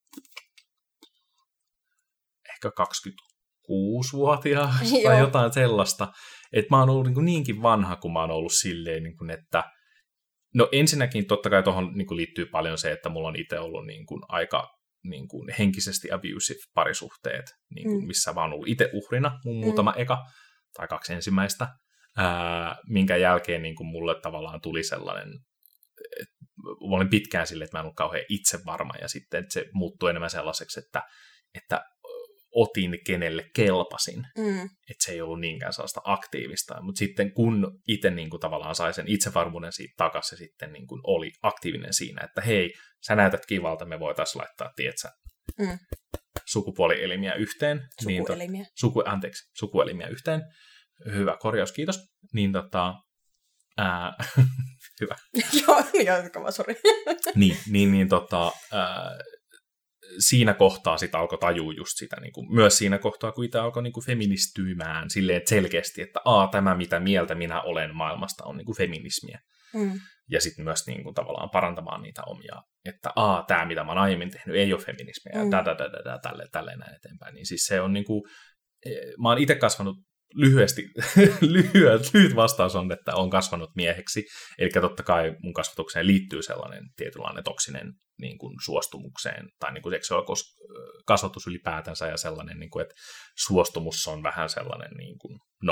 ehkä kaksikymmentäkuusi-vuotiaasta tai jotain sellaista. Että mä oon ollut niin niinkin vanha, kun mä oon ollut silleen, niin kuin, että no ensinnäkin totta kai tuohon niin liittyy paljon se, että mulla on itse ollut niin kuin aika niin kuin henkisesti abusive parisuhteet, niin kuin, mm. missä mä oon ollut itse uhrina, mun muutama mm. eka tai kaksi ensimmäistä, ää, minkä jälkeen niin kuin mulle tavallaan tuli sellainen, että mä olin pitkään silleen, että mä en ollut kauhean itsevarma, ja sitten että se muuttui enemmän sellaiseksi, että, että otin, kenelle kelpasin. Mm. Että se ei ollut niinkään sellaista aktiivista. Mutta sitten kun itse niin kuin tavallaan sai sen itsevarmuuden siitä takaisin, se sitten niin kuin oli aktiivinen siinä, että hei, sä näytät kivalta, me voitaisiin laittaa, tietsä, mm. sukupuolielimiä yhteen.
Sukuelimiä.
Niin, to, suku, anteeksi, sukuelimiä yhteen. Hyvä korjaus, kiitos. Niin tota, ää, hyvä.
Joo, jatkava, sori.
niin, niin, niin tota, ää, siinä kohtaa sitten alkoi tajua just sitä, niin kuin, myös siinä kohtaa, kun itse alkoi niin kuin feministyymään silleen, että selkeästi, että a, tämä mitä mieltä minä olen maailmasta on niin kuin feminismiä. Mm. Ja sitten myös niin kuin, tavallaan parantamaan niitä omia, että a, tämä mitä mä oon aiemmin tehnyt ei ole feminismiä, mm. ja tälleen tälle näin eteenpäin. Niin siis se on niin kuin, mä oon itse kasvanut lyhyesti, lyhyt, lyhyt vastaus on, että on kasvanut mieheksi, eli totta kai mun kasvatukseen liittyy sellainen tietynlainen toksinen niin kuin suostumukseen, tai niin kuin seksuaalikasvatus ylipäätänsä, ja sellainen, niin kuin, että suostumus on vähän sellainen, niin kuin, no,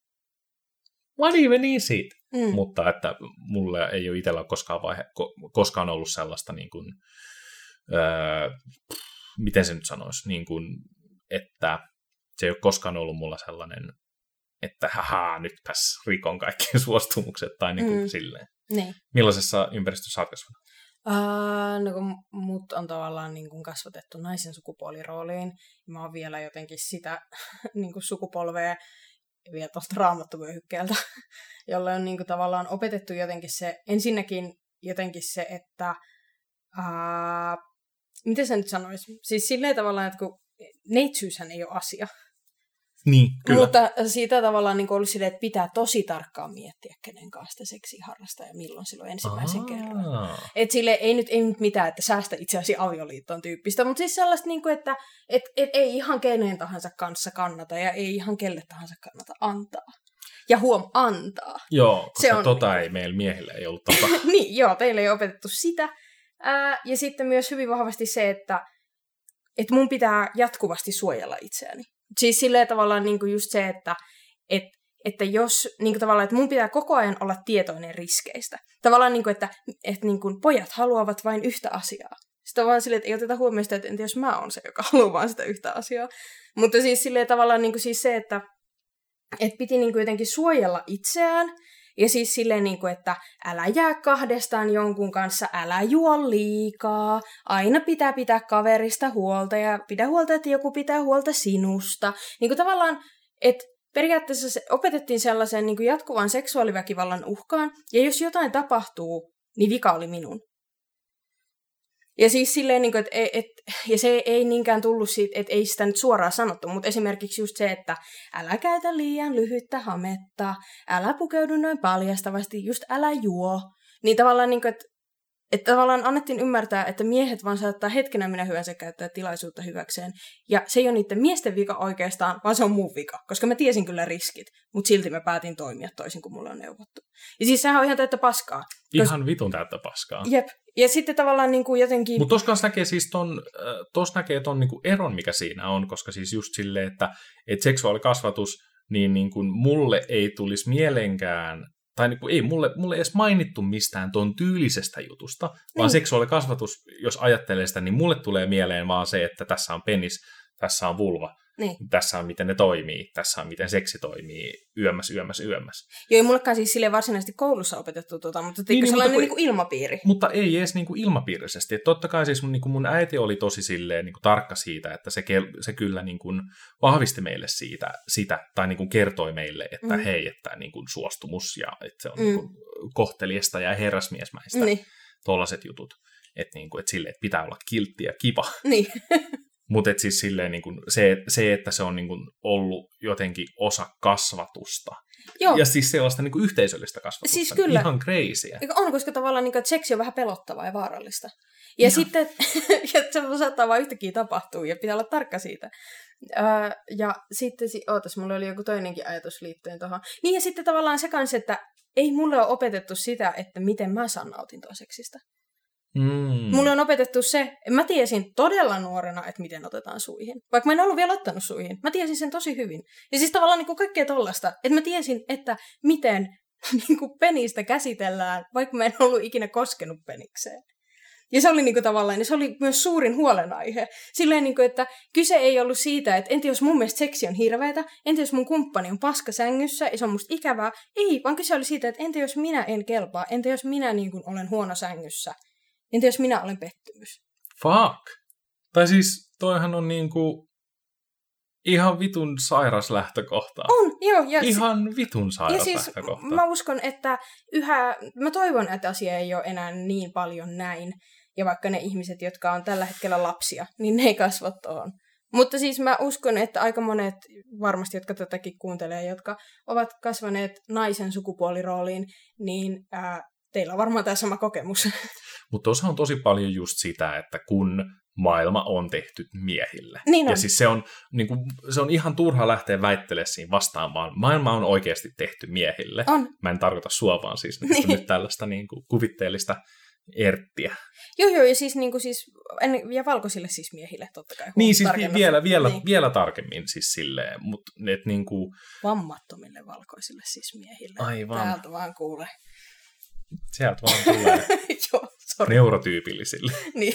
what even is it? Mm. Mutta että mulle ei ole itsellä koskaan, vaihe, koskaan ollut sellaista, niin kuin, öö, miten se nyt sanoisi, niin kuin, että se ei ole koskaan ollut mulla sellainen, että haha, nytpäs rikon kaikki suostumukset, tai niin kuin mm. silleen.
Niin.
Millaisessa ympäristössä olet kasvanut?
Uh, no kun mut on tavallaan niin kuin kasvatettu naisen sukupuolirooliin, mä oon vielä jotenkin sitä niin kuin sukupolvea vielä tuolta raamattuvyöhykkeeltä, jolle on niin kuin tavallaan opetettu jotenkin se, ensinnäkin jotenkin se, että uh, miten sä nyt sanois? Siis silleen tavallaan, että kun neitsyyshän ei ole asia.
Niin, kyllä.
Mutta siitä tavallaan niin ollut silleen, että pitää tosi tarkkaan miettiä, kenen kanssa sitä seksiä harrastaa ja milloin silloin ensimmäisen Aa. kerran. Että sille ei nyt, ei nyt mitään, että säästä itseäsi avioliittoon tyyppistä, mutta siis sellaista, niin kuin, että et, et ei ihan kenen tahansa kanssa kannata ja ei ihan kelle tahansa kannata antaa. Ja huom, antaa.
Joo, koska se on, tota ei meillä miehillä ei ollut tota.
Niin, joo, teille ei opetettu sitä. Ää, ja sitten myös hyvin vahvasti se, että et mun pitää jatkuvasti suojella itseäni. Siis silleen tavallaan niinku just se, että et, että jos niinku tavallaan, että mun pitää koko ajan olla tietoinen riskeistä. Tavallaan niinku, että et niinku pojat haluavat vain yhtä asiaa. Sitten on vaan silleen, että ei oteta huomioon sitä, että entä jos mä oon se, joka haluaa vaan sitä yhtä asiaa. Mutta siis silleen tavallaan niinku siis se, että et piti niinku jotenkin suojella itseään. Ja siis silleen, niinku, että älä jää kahdestaan jonkun kanssa, älä juo liikaa, aina pitää pitää kaverista huolta ja pidä huolta, että joku pitää huolta sinusta. Niin kuin tavallaan, että periaatteessa se opetettiin sellaisen niin kuin jatkuvan seksuaaliväkivallan uhkaan, ja jos jotain tapahtuu, niin vika oli minun. Ja siis silleen, niin kuin, että, et, ja se ei niinkään tullut siitä, että ei sitä nyt suoraan sanottu, mutta esimerkiksi just se, että älä käytä liian lyhyttä hametta, älä pukeudu noin paljastavasti, just älä juo. Niin tavallaan, niin kuin, että, Että tavallaan annettiin ymmärtää, että miehet vaan saattaa hetkenä minä hyvänsä käyttää tilaisuutta hyväkseen. Ja se ei ole niiden miesten vika oikeastaan, vaan se on mun vika. Koska mä tiesin kyllä riskit, mutta silti mä päätin toimia toisin kuin mulle on neuvottu. Ja siis sehän on ihan täyttä paskaa.
Ihan vitun täyttä paskaa.
Jep. Ja sitten tavallaan niin kuin jotenkin...
Mutta tuossa näkee siis ton, tossa näkee ton niin kuin eron, mikä siinä on, koska siis just silleen, että et seksuaalikasvatus, niin, niin kuin mulle ei tulisi mieleenkään, tai niin kuin, ei mulle, mulle edes mainittu mistään ton tyylisestä jutusta, niin. Vaan seksuaalikasvatus, jos ajattelee sitä, niin mulle tulee mieleen vaan se, että tässä on penis, tässä on vulva, niin. Tässä on miten ne toimii, tässä on miten seksi toimii, yömmäs, yömmäs, yömmäs.
Joo, ei mullekaan siis silleen varsinaisesti koulussa opetettu tota, mutta niin, niin, sellainen mutta, niin kuin ilmapiiri.
Mutta ei edes niin kuin ilmapiirisesti. Et totta kai siis niin kuin mun äiti oli tosi silleen niin kuin tarkka siitä, että se, se kyllä niin kuin vahvisti meille siitä, sitä, tai niin kuin kertoi meille, että mm. hei, että niin kuin suostumus ja että se on mm. niin kuin kohteliasta ja herrasmiesmäistä, niin. Tuollaiset jutut. Että niin kuin, et silleen, että pitää olla kiltti ja kiva. Niin. Mutta siis silleen niin kun se, se, että se on niin kun ollut jotenkin osa kasvatusta. Joo. Ja siis sellaista niin kun yhteisöllistä kasvatusta.
Siis kyllä.
Ihan crazyä.
On, koska tavallaan niin kun, että seksi on vähän pelottavaa ja vaarallista. Ja ihan. Sitten, ja se saattaa vaan yhtäkkiä tapahtua ja pitää olla tarkka siitä. Öö, ja sitten, ootas, mulla oli joku toinenkin ajatus liittyen tuohon. Niin ja sitten tavallaan se kanssa, että ei mulle ole opetettu sitä, että miten mä saan nautintoa seksistä. Mm. Mulle on opetettu se, mä tiesin todella nuorena, että miten otetaan suihin. Vaikka mä en ollut vielä ottanut suihin. Mä tiesin sen tosi hyvin. Ja siis tavallaan niin kuin kaikkea tollaista, että mä tiesin, että miten niin kuin penistä käsitellään, vaikka mä en ollut ikinä koskenut penikseen. Ja se oli niin kuin tavallaan, ja se oli myös suurin huolenaihe. Silleen, niin kuin, että kyse ei ollut siitä, että entä jos mun mielestä seksi on hirveätä, entä jos mun kumppani on paska sängyssä ja se on musta ikävää. Ei, vaan kyse oli siitä, että entä jos minä en kelpaa, entä jos minä niin kuin olen huono sängyssä. Entä jos minä olen pettymys?
Fuck. Tai siis toihan on niinku ihan vitun sairas lähtökohta.
On, joo. Ja
ihan si- vitun sairas
ja siis
lähtökohta.
Mä uskon, että yhä, mä toivon, että asia ei ole enää niin paljon näin. Ja vaikka ne ihmiset, jotka on tällä hetkellä lapsia, niin ne ei kasva tuohon. Mutta siis mä uskon, että aika monet varmasti, jotka tätäkin kuuntelee, jotka ovat kasvaneet naisen sukupuolirooliin, niin ää, teillä on varmaan tämä sama kokemus.
Mutta tuossa on tosi paljon just sitä, että kun maailma on tehty miehille.
Niin on.
Ja siis se on, niin kuin, se on ihan turha lähteä väittelemään siinä vastaan, vaan maailma on oikeasti tehty miehille.
On.
Mä en tarkoita sua, vaan siis niin. nyt tällaista niin kuin, kuvitteellista erttiä.
Joo, joo, ja siis, niin kuin, siis ja valkoisille siis miehille totta kai.
Niin, siis vielä, vielä, niin. vielä tarkemmin siis silleen, mutta et niin kuin...
Vammattomille valkoisille siis miehille.
Aivan.
Täältä vaan kuulee.
Sieltä vaan tulee
Joo, sorry.
Neurotyypillisille.
Niin.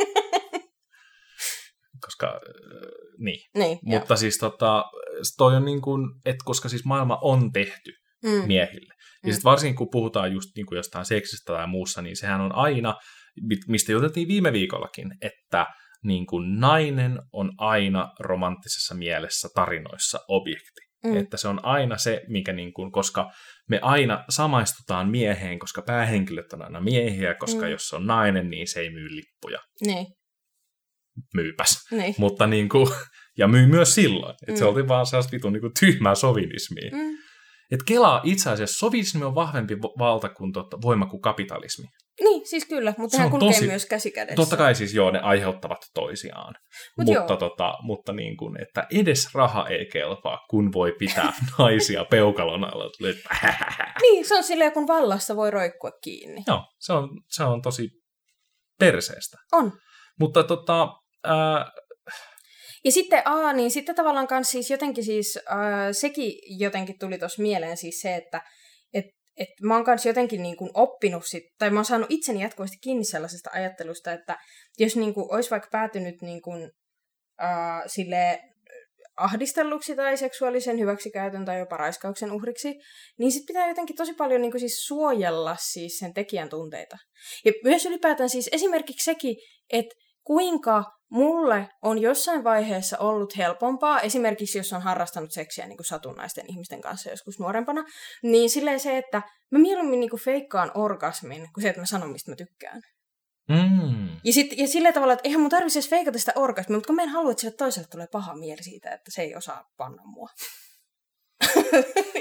Koska, äh, niin.
niin.
Mutta jo. Siis tota, toi on niin kuin, että koska siis maailma on tehty mm. miehille. Ja mm. sitten varsinkin kun puhutaan just niin kuin jostain seksistä tai muussa, niin sehän on aina, mistä juteltiin viime viikollakin, että niin kuin nainen on aina romanttisessa mielessä tarinoissa objekti. Mm. Että se on aina se, mikä niin kuin, koska me aina samaistutaan mieheen, koska päähenkilöt on aina miehiä, koska mm. jos on nainen, niin se ei myy lippuja.
Niin.
Myypäs.
Niin.
Mutta niin kuin, ja myy myös silloin. Että mm. se oli vaan sellaista vitun niin kuin tyhmää sovinismia. Mm. Että kelaa itse asiassa, sovinismi on vahvempi valta kuin totta, voima kuin kapitalismi.
Niin, siis kyllä, mutta hän kulkee tosi, myös käsi kädessä.
Totta kai siis joo, ne aiheuttavat toisiaan. Mut mutta tota, mutta niin kuin, että edes raha ei kelpaa, kun voi pitää naisia peukalon alla.
Niin, se on silleen, kun vallassa voi roikkua kiinni.
Joo, se on, se on tosi perseestä.
On.
Mutta tota... Ää...
Ja sitten, aa, niin sitten tavallaan kanssa siis jotenkin siis, ää, sekin jotenkin tuli tuossa mieleen siis se, että et, et mä oon kanssa jotenkin niin kuin oppinut, sit, tai mä oon saanut itseni jatkuvasti kiinni sellaisesta ajattelusta, että jos niin kuin olisi vaikka päätynyt niin kuin, ää, silleen, ahdistelluksi tai seksuaalisen hyväksikäytön tai jopa raiskauksen uhriksi, niin sit pitää jotenkin tosi paljon niin kuin siis suojella siis sen tekijän tunteita. Ja myös ylipäätään siis esimerkiksi sekin, että kuinka mulle on jossain vaiheessa ollut helpompaa, esimerkiksi jos on harrastanut seksiä niin kuin satunnaisten ihmisten kanssa joskus nuorempana, niin silleen se, että mä mieluummin niin kuin feikkaan orgasmin, kuin se, että mä sanon, mistä mä tykkään.
Mm.
Ja, sit, ja sillä tavalla, että eihän mun tarvitse edes feikata sitä orgasmia, mutta kun mä en halua, että sille toiselle tulee paha mieli siitä, että se ei osaa panna mua.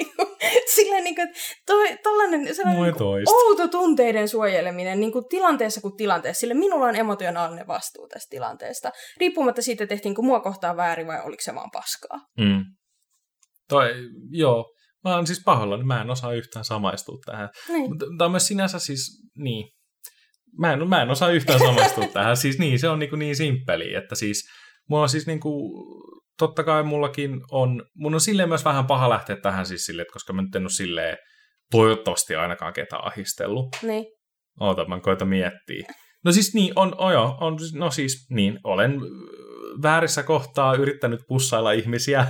Silleen, niin kuin, että toi, tollainen sellainen niin kuin outo tunteiden suojeleminen niin kuin tilanteessa kuin tilanteessa. Sille minulla on emotionaalinen vastuu tästä tilanteesta. Riippumatta siitä, tehtiinkö mua kohtaan väärin vai oliko se vaan paskaa.
Mm. Toi, joo. Mä oon siis pahoillani, mä en osaa yhtään samaistua tähän.
Niin.
Tämä on myös sinänsä siis, niin, mä en, mä en osaa yhtään samaistua tähän. Siis niin, se on niin, niin simppeli, että siis mulla on siis niin kuin, totta kai mullakin on, mun on silleen myös vähän paha lähteä tähän siis silleen, että koska mä nyt en ole silleen toivottavasti ainakaan ketään ahistellut.
Niin.
Oota, mä koitan miettiä. No siis niin, on, on, jo, on no siis niin, olen väärissä kohtaa yrittänyt pussailla ihmisiä.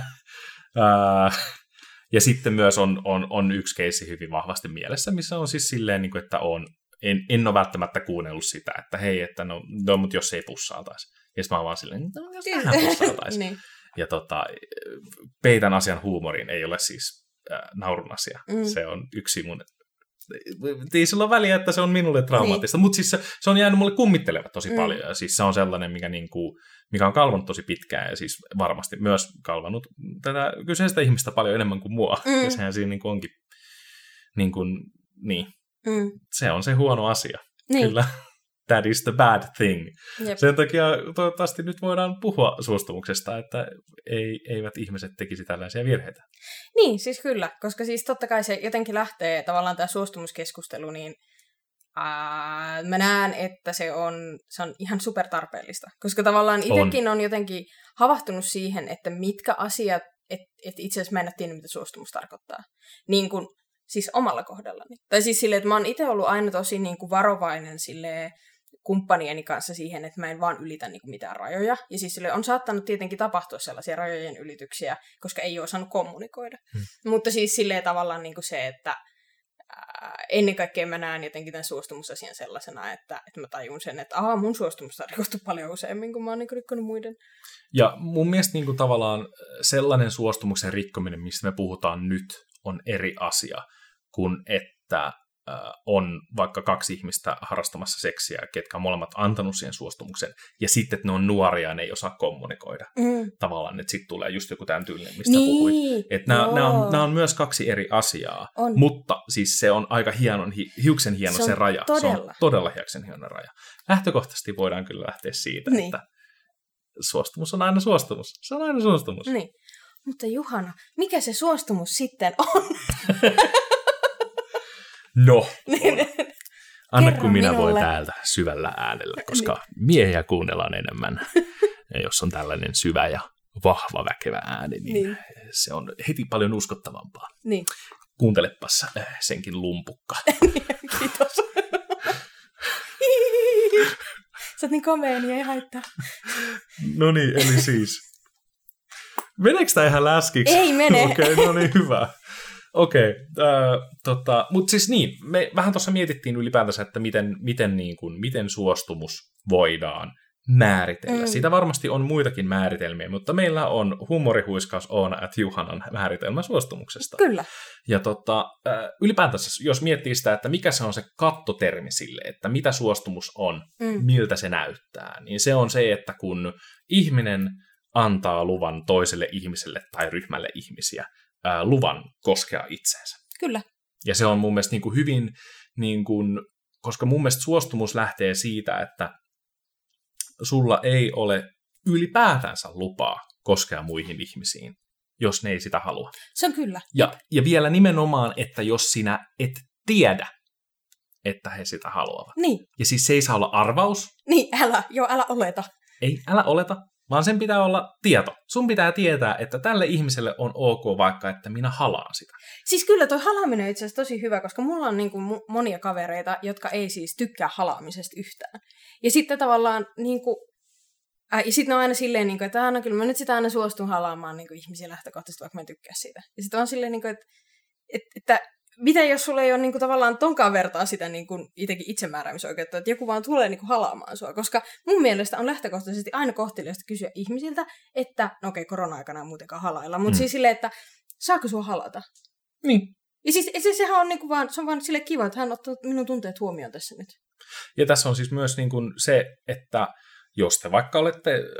Ja sitten myös on, on, on yksi keissi hyvin vahvasti mielessä, missä on siis silleen, niin kuin, että on, en, en ole välttämättä kuunnellut sitä, että hei, että no, no mutta jos ei pussailtaisi. Ja sitten mä oon vaan silleen, no jos vähän pussailtaisi. Niin. Ja tota, peitän asian huumoriin, ei ole siis äh, naurun asia. Mm. Se on yksi mun... Ei sillä ole väliä, että se on minulle traumaattista, niin. Mutta siis se, se on jäänyt mulle kummittelemaan tosi mm. paljon. Ja siis se on sellainen, mikä, niinku, mikä on kalvanut tosi pitkään ja siis varmasti myös kalvanut tätä kyseistä ihmistä paljon enemmän kuin mua. Mm. Ja sehän siinä niinku onkin, niinku, niin,
mm.
se on se huono asia.
Niin.
Kyllä. That is the bad thing.
Jep.
Sen takia toivottavasti nyt voidaan puhua suostumuksesta, että ei, eivät ihmiset tekisi tällaisia virheitä.
Niin, siis kyllä, koska siis totta kai se jotenkin lähtee tavallaan tämä suostumuskeskustelu, niin ää, mä näen, että se on, se on ihan supertarpeellista. Koska tavallaan itsekin on. on jotenkin havahtunut siihen, että mitkä asiat, että et itse asiassa mä en ole tiennyt, mitä suostumus tarkoittaa. Niin kuin siis omalla kohdallani. Tai siis silleen, että mä oon itse ollut aina tosi niin kuin varovainen silleen, kumppanieni kanssa siihen, että mä en vaan ylitä niin kuin mitään rajoja. Ja siis sille on saattanut tietenkin tapahtua sellaisia rajojen ylityksiä, koska ei ole osannut kommunikoida. Hmm. Mutta siis silleen tavallaan niin kuin se, että ää, ennen kaikkea mä näen jotenkin tämän suostumusasian sellaisena, että, että mä tajun sen, että aha, mun suostumusta on rikottu paljon useammin, kun mä oon niin kuin rikkonut muiden. Ja
mun mielestä niin kuin tavallaan sellainen suostumuksen rikkominen, mistä me puhutaan nyt, on eri asia kuin että on vaikka kaksi ihmistä harrastamassa seksiä, ketkä on molemmat antanut siihen suostumuksen, ja sitten, että ne on nuoria ja ne ei osaa kommunikoida. Mm. Tavallaan, että sitten tulee just joku tämän tyylinen, mistä niin, puhuit. Että nämä, nämä, on, nämä on myös kaksi eri asiaa, on. Mutta siis se on aika hienon, hiuksen hieno se, se raja.
Todella.
Se on todella hiuksen hieno raja. Lähtökohtaisesti voidaan kyllä lähteä siitä, niin. Että suostumus on aina suostumus. Se on aina suostumus.
Niin. Mutta Juhana, mikä se suostumus sitten on?
No, anna kun minä minulle. Voin täältä syvällä äänellä, koska niin. Miehiä kuunnellaan enemmän. Ja jos on tällainen syvä ja vahva väkevä ääni, niin, niin. Se on heti paljon uskottavampaa.
Niin.
Kuuntelepas äh, senkin lumpukka.
Kiitos. Sä oot niin komea, niin ei haittaa.
No niin, eli siis. Meneekö tämä ihan läskiksi?
Ei mene.
Okei, okay, no niin, hyvä. Okei, okay, äh, tota, mutta siis niin, me vähän tuossa mietittiin ylipäätänsä, että miten, miten, niin kuin, miten suostumus voidaan määritellä. Mm. Siitä varmasti on muitakin määritelmiä, mutta meillä on huumorihuiskaus Oona at Juhanan määritelmä suostumuksesta.
Kyllä.
Ja tota, äh, ylipäätänsä, jos miettii sitä, että mikä se on se kattotermi sille, että mitä suostumus on, mm. miltä se näyttää, niin se on se, että kun ihminen antaa luvan toiselle ihmiselle tai ryhmälle ihmisiä, ää, luvan koskea itseensä.
Kyllä.
Ja se on mun mielestä niin kuin hyvin, niin kuin, koska mun mielestä suostumus lähtee siitä, että sulla ei ole ylipäätänsä lupaa koskea muihin ihmisiin, jos ne ei sitä halua.
Se on kyllä.
Ja, ja vielä nimenomaan, että jos sinä et tiedä, että he sitä haluavat.
Niin.
Ja siis se ei saa olla arvaus.
Niin, älä, joo, älä oleta.
Ei, älä oleta. Vaan sen pitää olla tieto. Sun pitää tietää, että tälle ihmiselle on ok vaikka, että minä halaan sitä.
Siis kyllä toi halaaminen on itse asiassa tosi hyvä, koska mulla on niin kuin monia kavereita, jotka ei siis tykkää halaamisesta yhtään. Ja sitten tavallaan, niin kuin, äh, ja sitten on aina silleen, niin kuin, että aina kyllä mä nyt sitä aina suostun halaamaan niin kuin ihmisiä lähtökohtaisesti, vaikka mä en tykkää siitä. Ja sitten on silleen, niin kuin, että, että, että mitä jos sulla ei ole niin kuin, tavallaan tonkaan vertaa sitä niin kuin, itsekin itsemääräämisoikeutta, että joku vaan tulee niin kuin, halaamaan sua, koska mun mielestä on lähtökohtaisesti aina kohteliasta kysyä ihmisiltä, että no okei, okay, korona-aikana ei muutenkaan halailla, mutta mm. siis silleen, että saako sua halata?
Niin.
Ja siis se, sehän on, niin kuin, vaan, se on vaan silleen kiva, että hän on ottanut minun tunteet huomioon tässä nyt.
Ja tässä on siis myös niin kuin se, että jos te vaikka olette äh,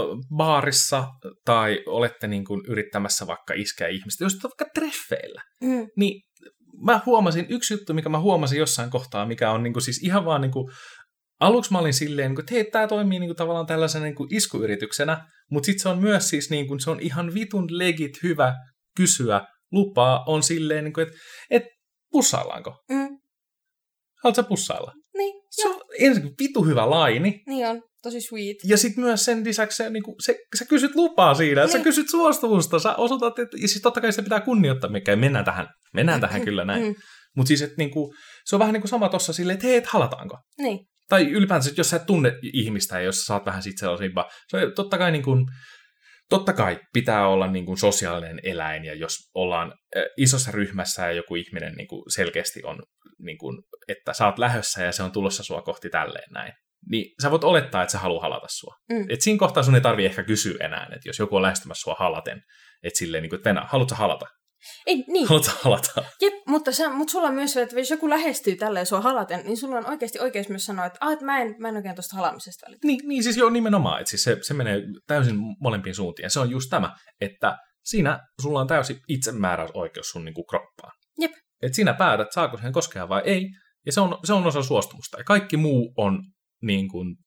baarissa tai olette niin kuin yrittämässä vaikka iskeä ihmistä, jos te vaikka treffeillä, mm. niin mä huomasin, yksi juttu, mikä mä huomasin jossain kohtaa, mikä on niin kuin siis ihan vaan niin kuin, aluksi mä olin silleen, että hei, tää toimii niin kuin tavallaan tällaisena niin kuin iskuyrityksenä, mutta sitten se on myös siis, niin kuin, se on ihan vitun legit hyvä kysyä lupaa, on silleen, niin kuin, että et, pussaillaanko? Mm. Haluatko sä pussailla?
Niin.
Se on ensinnäkin vitu hyvä laini.
Niin on, tosi sweet.
Ja sitten myös sen lisäksi se, niin kuin, se, sä kysyt lupaa siinä, niin. Sä kysyt suostumusta, sä osoitat, että ja siis totta kai sitä pitää kunnioittaa, mikä mennään tähän, mennään tähän kyllä näin. Mm. Mutta siis, että niin kuin, se on vähän niin kuin sama tossa silleen, että hei, et halataanko?
Niin.
Tai ylipäänsä, jos sä et tunne ihmistä ja jos sä saat vähän sit sellaisia, se on totta kai niin kuin, totta kai pitää olla niin kuin sosiaalinen eläin, ja jos ollaan isossa ryhmässä ja joku ihminen niin kuin selkeästi on, niin kuin, että sä oot lähössä ja se on tulossa sua kohti tälleen näin, niin sä voit olettaa, että se haluaa halata sua. Mm. Et siinä kohtaa sun ei tarvitse ehkä kysyä enää, että jos joku on lähestymässä sua halaten, että silleen, niin kuin, että Venä, haluatko halata?
Ei, niin.
Haluatko halata?
Jep, mutta, se, mutta sulla on myös, että jos joku lähestyy tälleen sua halaten, niin sulla on oikeasti oikeus myös sanoa, että, ah, että mä, en, mä en oikein tuosta halaamisesta välitä.
Niin, niin, siis joo, nimenomaan. Että siis se, se menee täysin molempiin suuntiin. Se on just tämä, että siinä sulla on täysin itsemääräysoikeus sun niin kuin kroppaan.
Jep.
Että sinä päätät, saako sen koskea vai ei. Ja se on, se on osa suostumusta. Ja kaikki muu on niin kuin,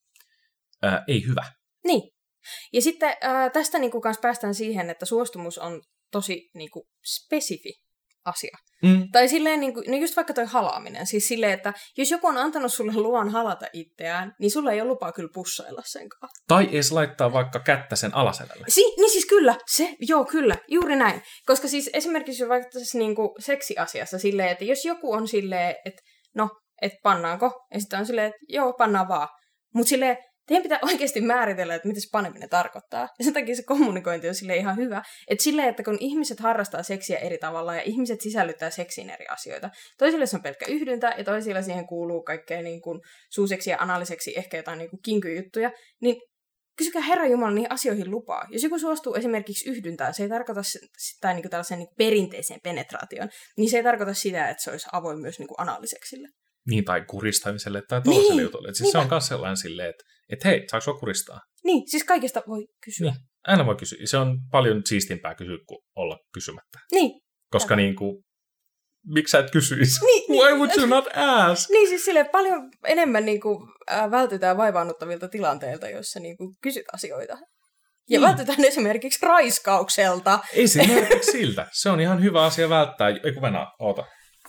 ää, ei hyvä.
Niin. Ja sitten ää, tästä niin kuin kanssa päästään siihen, että suostumus on tosi niin kuin spesifi asia. Mm. Tai silleen, niin kuin, no just vaikka toi halaaminen, siis silleen, että jos joku on antanut sulle luvan halata itseään, niin sulla ei ole lupaa kyllä pussailla senkaan.
Tai edes laittaa vaikka kättä sen alaselälle.
Si- niin siis kyllä, se, joo kyllä, juuri näin. Koska siis esimerkiksi vaikka tässä niin kuin seksiasiassa silleen, että jos joku on silleen, että no, että pannaanko, ja sitten on silleen, että joo, pannaan vaan. Mutta silleen, teidän pitää oikeasti määritellä, että mitä se paneminen tarkoittaa. Ja sen takia se kommunikointi on sille ihan hyvä. Että silleen, että kun ihmiset harrastaa seksiä eri tavalla ja ihmiset sisällyttää seksiin eri asioita. Toisille se on pelkkä yhdyntä ja toisille siihen kuuluu kaikkea niin kuin suuseksi ja analiseksi, ehkä jotain niin kuin kinkyjuttuja. Niin kysykää Herran Jumala niihin asioihin lupaa. Jos joku suostuu esimerkiksi yhdyntään, se ei tarkoita sitä niin kuin tällaiseen niin kuin perinteiseen penetraatioon. Niin se ei tarkoita sitä, että se olisi avoin myös niin kuin analiseksille.
Niin, tai kuristamiselle tai toiselle niin, jutulle. Siis niin se on myös sellainen silleen, että että hei, saako sua kuristaa?
Niin, siis kaikesta voi kysyä.
Niin, aina voi kysyä. Se on paljon siistimpää kysyä kuin olla kysymättä.
Niin.
Koska niin kuin, miksi sä et kysyisi?
Niin,
Why would you not ask?
Niin, siis silleen paljon enemmän niin kuin, äh, vältytään vaivaannuttavilta tilanteilta, joissa niin kuin, kysyt asioita. Ja niin. Vältytään esimerkiksi raiskaukselta.
Esimerkiksi siltä. Se on ihan hyvä asia välttää. Ei kun Venä, oota.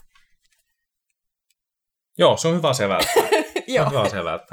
Joo, se on hyvä asia välttää. Se on hyvä asia välttää.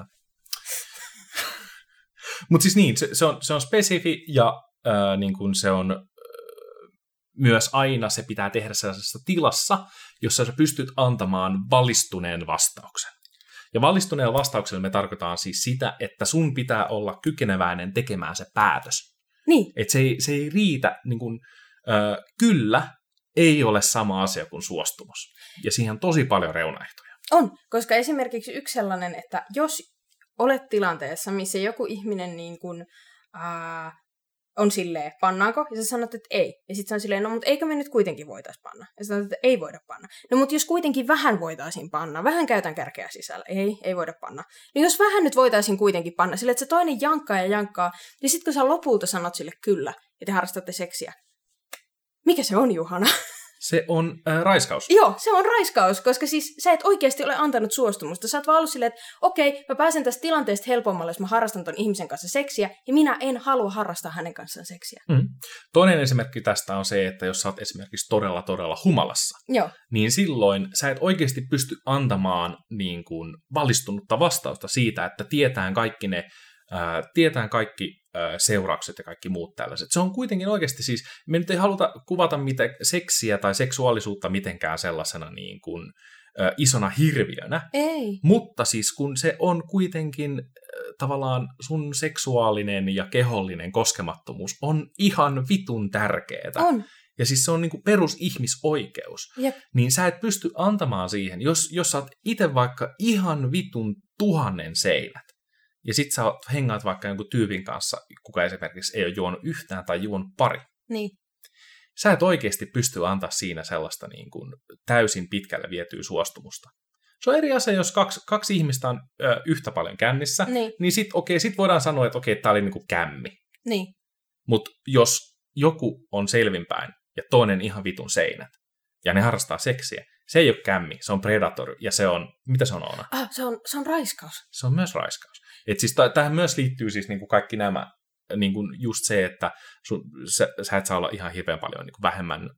Mutta siis niin, se, se, on, se on spesifi ja ää, niin kun se on ää, myös aina se pitää tehdä sellaisessa tilassa, jossa sä pystyt antamaan valistuneen vastauksen. Ja valistuneen vastauksella me tarkoitaan siis sitä, että sun pitää olla kykeneväinen tekemään se päätös.
Niin.
Että se, se ei riitä, niin kun, ää, kyllä ei ole sama asia kuin suostumus. Ja siihen on tosi paljon reunaehtoja.
On, koska esimerkiksi yksi sellainen, että jos olet tilanteessa, missä joku ihminen niin kuin, ää, on silleen, pannaanko? Ja sä sanot, että ei. Ja sitten se on silleen, no mutta eikö me nyt kuitenkin voitaisiin panna? Ja sä sanot, että ei voida panna. No mutta jos kuitenkin vähän voitaisiin panna, vähän käytän kärkeä sisällä, ei, ei voida panna. Niin jos vähän nyt voitaisiin kuitenkin panna, silleen, että se toinen jankkaa ja jankkaa, ja sitten kun sä lopulta sanot sille kyllä, ja te harrastatte seksiä, mikä se on, Juhana?
Se on äh, raiskaus.
Joo, se on raiskaus, koska siis sä et oikeasti ole antanut suostumusta. Sä oot vaan ollut silleen, että okei, mä pääsen tästä tilanteesta helpommalle, jos mä harrastan ton ihmisen kanssa seksiä, ja minä en halua harrastaa hänen kanssaan seksiä. Mm.
Toinen esimerkki tästä on se, että jos sä oot esimerkiksi todella, todella humalassa,
Joo.
niin silloin sä et oikeasti pysty antamaan niin kuin valistunutta vastausta siitä, että tietään kaikki ne Ää, tietään kaikki ää, seuraukset ja kaikki muut tällaiset. Se on kuitenkin oikeasti siis, me nyt ei haluta kuvata miten seksiä tai seksuaalisuutta mitenkään sellaisena niin kuin, ää, isona hirviönä,
ei.
Mutta siis kun se on kuitenkin ää, tavallaan sun seksuaalinen ja kehollinen koskemattomuus on ihan vitun tärkeetä.
On.
Ja siis se on niin kuin perusihmisoikeus.
Jep.
Niin sä et pysty antamaan siihen, jos, jos sä oot itse vaikka ihan vitun tuhannen seinät, ja sit sä hengaat vaikka jonkun tyypin kanssa, kuka esimerkiksi ei ole juonut yhtään tai juonut pari.
Niin.
Sä et oikeasti pysty antaa siinä sellaista niin kuin täysin pitkälle vietyä suostumusta. Se on eri asia, jos kaksi, kaksi ihmistä on ö, yhtä paljon kännissä, niin, niin sitten okay, sit voidaan sanoa, että okei, okay, tämä oli niinku kämmi.
Niin.
Mutta jos joku on selvinpäin ja toinen ihan vitun seinät, ja ne harrastaa seksiä, se ei ole kämmi, se on predator, ja se on, mitä se on Oona?
Ah, se on, se on raiskaus. Se
on myös raiskaus. Et siis t- tähän myös liittyy siis niinku kaikki nämä, niinku just se, että sun, sä, sä et saa olla ihan hirveän paljon niinku vähemmän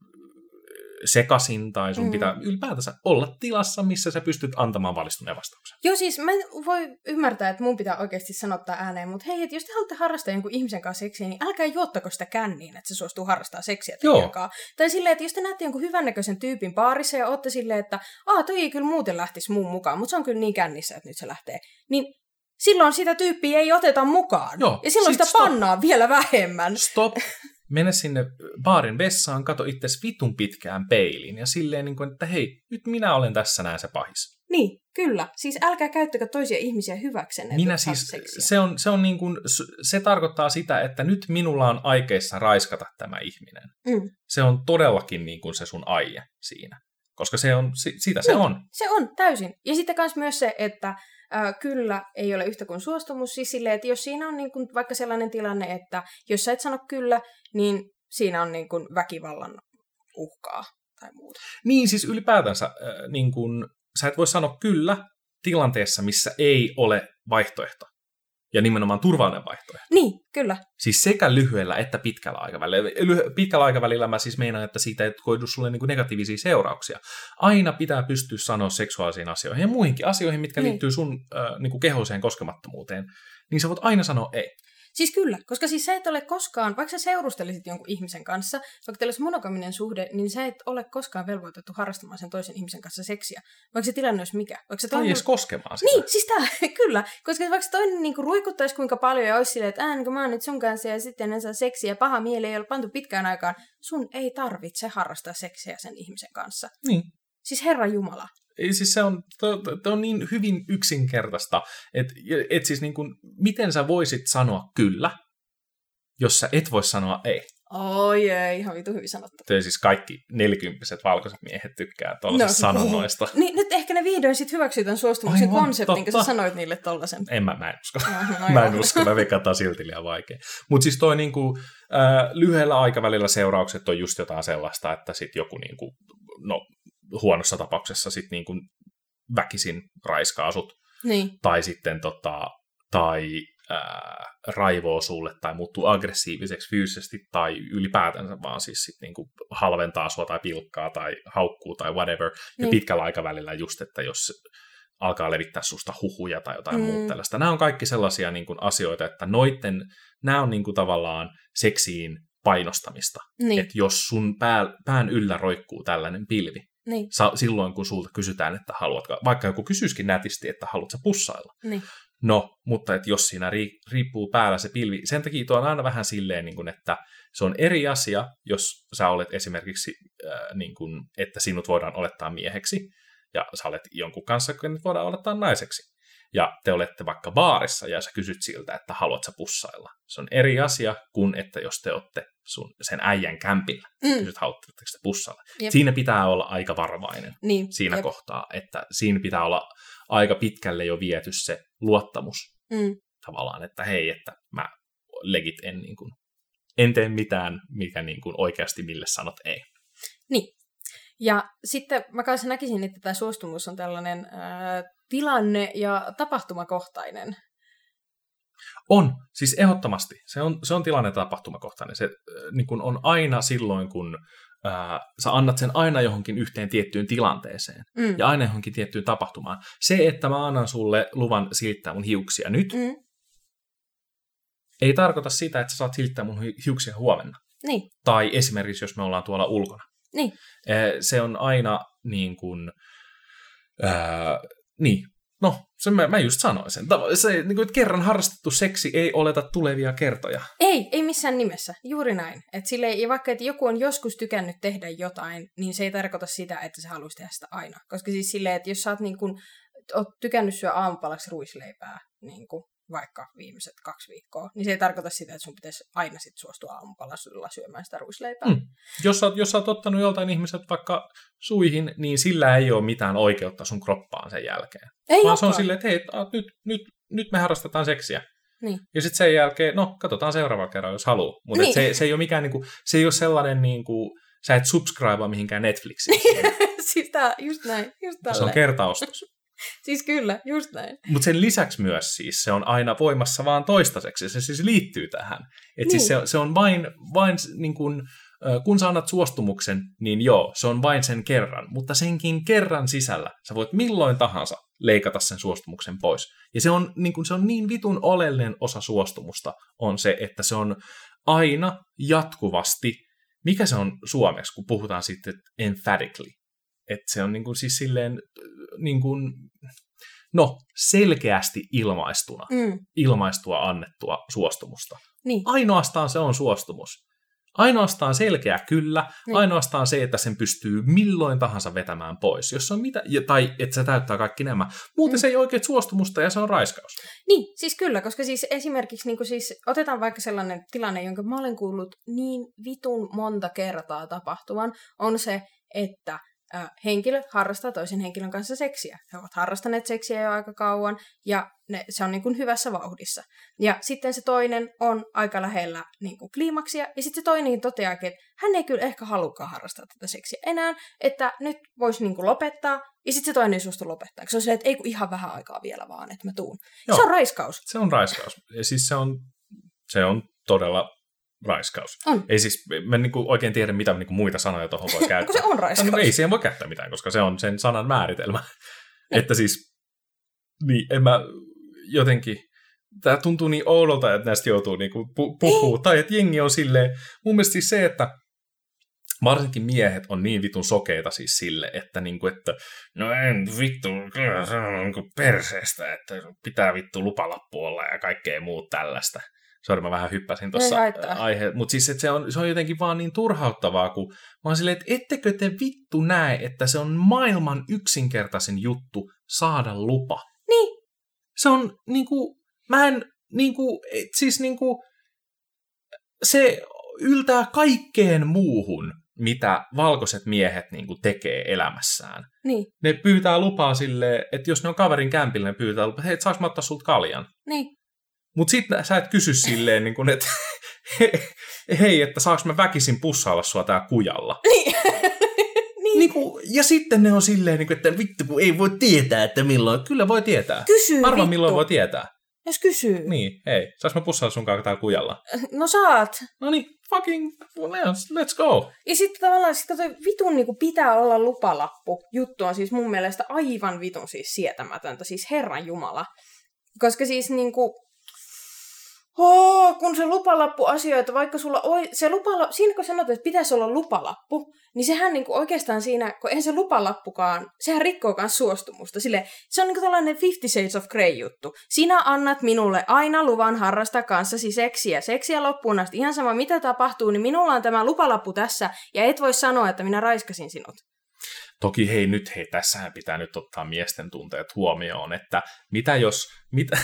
sekasin, tai sun mm. pitää ylipäätänsä olla tilassa, missä sä pystyt antamaan valistuneen vastauksen.
Joo, siis mä voi ymmärtää, että mun pitää oikeasti sanottaa ääneen, mutta hei, että jos te haluatte harrastaa jonkun ihmisen kanssa seksiä, niin älkää juottako sitä känniin, että se suostuu harrastaa seksiä teidän kanssa. Tai silleen, että jos te näette jonkun hyvännäköisen tyypin baarissa ja ootte silleen, että aah, toi ei kyllä muuten lähtisi mun mukaan, mutta se on kyllä niin kännissä, että nyt se lähtee, niin silloin sitä tyyppiä ei oteta mukaan.
Joo,
ja silloin sitä
stop.
pannaan vielä vähemmän.
Stop. Mene sinne baarin vessaan, kato itses vitun pitkään peiliin ja silleen, niin kuin, että hei, nyt minä olen tässä näin se pahis.
Niin, kyllä. Siis älkää käyttäkö toisia ihmisiä hyväksenne.
Minä siis, se, on, se, on niin kuin, se tarkoittaa sitä, että nyt minulla on aikeissa raiskata tämä ihminen. Mm. Se on todellakin niin kuin se sun aie siinä, koska se on, sitä se
niin,
on.
Se on, täysin. Ja sitten myös myös se, että Äh, kyllä ei ole yhtä kuin suostumus, siis silleen, että jos siinä on niin kuin vaikka sellainen tilanne, että jos sä et sano kyllä, niin siinä on niin kuin väkivallan uhkaa tai muuta.
Niin, siis ylipäätänsä äh, niin kuin, sä et voi sanoa kyllä tilanteessa, missä ei ole vaihtoehto. Ja nimenomaan turvallinen vaihtoehto.
Niin, kyllä.
Siis sekä lyhyellä että pitkällä aikavälillä. Lyhy- pitkällä aikavälillä mä siis meinaan, että siitä ei koidu sulle niinku negatiivisia seurauksia. Aina pitää pystyä sanoa seksuaalisiin asioihin ja muihinkin asioihin, mitkä niin. liittyy sun äh, niinku kehoiseen koskemattomuuteen. Niin sä voit aina sanoa ei.
Siis kyllä, koska siis sä et ole koskaan, vaikka sä seurustelisit jonkun ihmisen kanssa, vaikka teillä olisi monogaminen suhde, niin sä et ole koskaan velvoitettu harrastamaan sen toisen ihmisen kanssa seksiä. Vaikka se tilanne olisi mikä. Vaikka se
toinen... Tai edes koskemaan sitä.
Niin, siis tää, kyllä. Koska vaikka toinen niinku ruikuttaisi kuinka paljon ja olisi silleen, että ään, kun mä oon nyt sun kanssa ja sitten en saa seksiä ja paha mieli ei ole pantu pitkään aikaan, sun ei tarvitse harrastaa seksiä sen ihmisen kanssa.
Niin.
Siis Herra Jumala.
Ei, siis se on, to, on niin hyvin yksinkertaista, että et siis niin kuin, miten sä voisit sanoa kyllä, jos sä et voi sanoa ei.
Oi ei, ihan vitu hyvin sanottu.
Tämä siis kaikki nelikymppiset valkoiset miehet tykkää tuollaisesta no, sanonnoista.
Niin, nyt ehkä ne vihdoin sit hyväksyy tämän suostumuksen Aivan, konseptin, totta. Kun sä sanoit niille tollasen.
En mä, mä en usko. No, mä en usko, mä veikataan silti liian vaikea. Mutta siis toi niinku, äh, lyhyellä aikavälillä seuraukset on just jotain sellaista, että sit joku niinku, no huonossa tapauksessa sit niinku väkisin raiskaa sut.
Niin.
Tai sitten tota, tai ää, raivoo sulle tai muuttuu aggressiiviseksi fyysisesti tai ylipäätänsä vaan siis sit niinku halventaa sua tai pilkkaa tai haukkuu tai whatever. Ja niin. Pitkällä aikavälillä just, että jos alkaa levittää susta huhuja tai jotain mm. muuta tällaista. Nämä on kaikki sellaisia niin kuin asioita, että noitten, nämä on niin kuin tavallaan seksiin painostamista. Niin. Että jos sun pää, pään yllä roikkuu tällainen pilvi, niin. sa, silloin kun sulta kysytään, että haluatko, vaikka joku kysyisikin nätisti, että haluatko pussailla.
Niin.
No, mutta että jos siinä ri, riippuu päällä se pilvi, sen takia tuo on aina vähän silleen, niin kuin, että se on eri asia, jos sä olet esimerkiksi, äh, niin kuin, että sinut voidaan olettaa mieheksi, ja sä olet jonkun kanssa, kun nyt voidaan olettaa naiseksi. Ja te olette vaikka baarissa, ja sä kysyt siltä, että haluat sä pussailla. Se on eri asia kuin, että jos te olette sun, sen äijän kämpillä, mm. kysyt, haluatteko te pussailla. Jep. Siinä pitää olla aika varovainen
niin.
siinä
Jep.
kohtaa, että siinä pitää olla aika pitkälle jo viety se luottamus.
Mm.
Tavallaan, että hei, että mä legit en, niin kuin, en tee mitään, mikä niin kuin oikeasti mille sanot ei.
Niin. Ja sitten mä kanssa näkisin, että tämä suostumus on tällainen ää, tilanne- ja tapahtumakohtainen.
On, siis ehdottomasti. Se on, se on tilanne- ja tapahtumakohtainen. Se äh, niin kun on aina silloin, kun äh, sä annat sen aina johonkin yhteen tiettyyn tilanteeseen mm. ja aina johonkin tiettyyn tapahtumaan. Se, että mä annan sulle luvan silittää mun hiuksia nyt, mm. ei tarkoita sitä, että sä saat silittää mun hiuksia huomenna.
Niin.
Tai esimerkiksi, jos me ollaan tuolla ulkona.
Niin.
Se on aina niin kuin, ää, niin, no, se mä, mä just sanoin sen. Se, niin kuin, että kerran harrastettu seksi ei oleta tulevia kertoja.
Ei, ei missään nimessä. Juuri näin. Et silleen, ja vaikka että joku on joskus tykännyt tehdä jotain, niin se ei tarkoita sitä, että se haluaisi tehdä sitä aina. Koska siis silleen, että jos sä oot, niin kuin, oot tykännyt syödä aamupalaksi ruisleipää, niin kuin, vaikka viimeiset kaksi viikkoa, niin se ei tarkoita sitä, että sun pitäisi aina sit suostua aamupalasilla syömään sitä ruisleipää. Mm.
Jos, sä, jos sä oot ottanut joltain ihmiset vaikka suihin, niin sillä ei ole mitään oikeutta sun kroppaan sen jälkeen.
Ei
vaan se on silleen, että hei, nyt, nyt, nyt me harrastetaan seksiä.
Niin.
Ja sitten sen jälkeen, no, katsotaan seuraavalla kerralla, jos haluaa. Mutta niin. se, se ei ole mikään, niinku, se ei ole sellainen, niinku, sä et subscribea mihinkään Netflixiin.
Siis tää, just näin, just
se on kertaostos.
Siis kyllä, just näin.
Mutta sen lisäksi myös siis se on aina voimassa vaan toistaiseksi. Se siis liittyy tähän. Että niin. siis se, se on vain, vain niin kun, kun sä annat suostumuksen, niin joo, se on vain sen kerran. Mutta senkin kerran sisällä sä voit milloin tahansa leikata sen suostumuksen pois. Ja se on niin, kun se on niin vitun oleellinen osa suostumusta, on se, että se on aina jatkuvasti, mikä se on suomeksi, kun puhutaan sitten emphatically. Että se on niin kuin siis silleen, niin kuin, no, selkeästi ilmaistuna, mm. ilmaistua annettua suostumusta.
Niin.
Ainoastaan se on suostumus. Ainoastaan selkeä kyllä, niin. Ainoastaan se, että sen pystyy milloin tahansa vetämään pois. Jos on mitä, tai että se täyttää kaikki nämä. Muuten mm. se ei ole oikein suostumusta ja se on raiskaus.
Niin, siis kyllä, koska siis esimerkiksi niin kuin siis, otetaan vaikka sellainen tilanne, jonka mä olen kuullut niin vitun monta kertaa tapahtuvan, on se, että henkilö harrastaa toisen henkilön kanssa seksiä. He ovat harrastaneet seksiä jo aika kauan, ja ne, se on niin kuin hyvässä vauhdissa. Ja sitten se toinen on aika lähellä niin kuin kliimaksia, ja sitten se toinen toteaakin, että hän ei kyllä ehkä halukaan harrastaa tätä seksiä enää, että nyt voisi niin kuin lopettaa, ja sitten se toinen ei suostu lopettaa. Se on silleen, että ei kun ihan vähän aikaa vielä vaan, että mä tuun. Joo, se on raiskaus.
Se on raiskaus. Ja siis se on, se on todella raiskaus.
On.
Ei siis, mä en niinku oikein tiedä, mitä niinku muita sanoja tuohon voi käyttää.
Se on raiskaus.
No, ei siihen voi käyttää mitään, koska se on sen sanan määritelmä. Että siis, niin en mä jotenkin, tää tuntuu niin oudolta, että näistä joutuu niinku pu- puhuu. Tai että jengi on silleen, mun mielestä siis se, että varsinkin miehet on niin vitun sokeita siis sille, että niinku, että no en vittu, kyllä se on niinku perseestä, että pitää vittu lupalappu olla ja kaikkea muut tällaista. Sori, mä vähän hyppäsin tuossa aiheessa. Mutta siis että se, on, se on jotenkin vaan niin turhauttavaa, kun mä oon silleen, että ettekö te vittu näe, että se on maailman yksinkertaisin juttu saada lupa.
Niin.
Se on niinku, mä en, niinku, siis niinku, se yltää kaikkeen muuhun, mitä valkoiset miehet niinku tekee elämässään.
Niin.
Ne pyytää lupaa silleen, että jos ne on kaverin kämpillä, ne pyytää lupaa, hei, saanko mä ottaa sulta kaljan?
Niin.
Mutta sitten sä et kysy silleen, niin kun, että hei, että saanko mä väkisin pussailla sua tää kujalla.
Niin. niin.
Niin kun, ja sitten ne on silleen, niin kun, että vittu, kun ei voi tietää, että milloin. Kyllä voi tietää.
Kysy,
Arva,
vittu.
milloin voi tietää.
Jos kysyy.
Niin, hei, saanko mä pussailla sun kanssa täällä kujalla?
No saat.
No niin, fucking, let's go.
Ja sitten tavallaan sit toi vitun niinku pitää olla lupalappu. Juttu on siis mun mielestä aivan vitun siis sietämätöntä, siis Herran Jumala. Koska siis niinku, oh, kun se lupalappu asioita, vaikka sulla oi, se lupala, siinä kun sanot, että pitäisi olla lupalappu, niin sehän niinku oikeastaan siinä, kun eihän se lupalappukaan, sehän rikkoo myös suostumusta. Sille, se on niinku tällainen Fifty Shades of Grey juttu. Sinä annat minulle aina luvan harrastaa kanssasi seksiä. Seksiä loppuun asti. Ihan sama mitä tapahtuu, niin minulla on tämä lupalappu tässä, ja et voi sanoa, että minä raiskasin sinut.
Toki hei nyt, hei tässähän pitää nyt ottaa miesten tunteet huomioon, että mitä jos, mitä,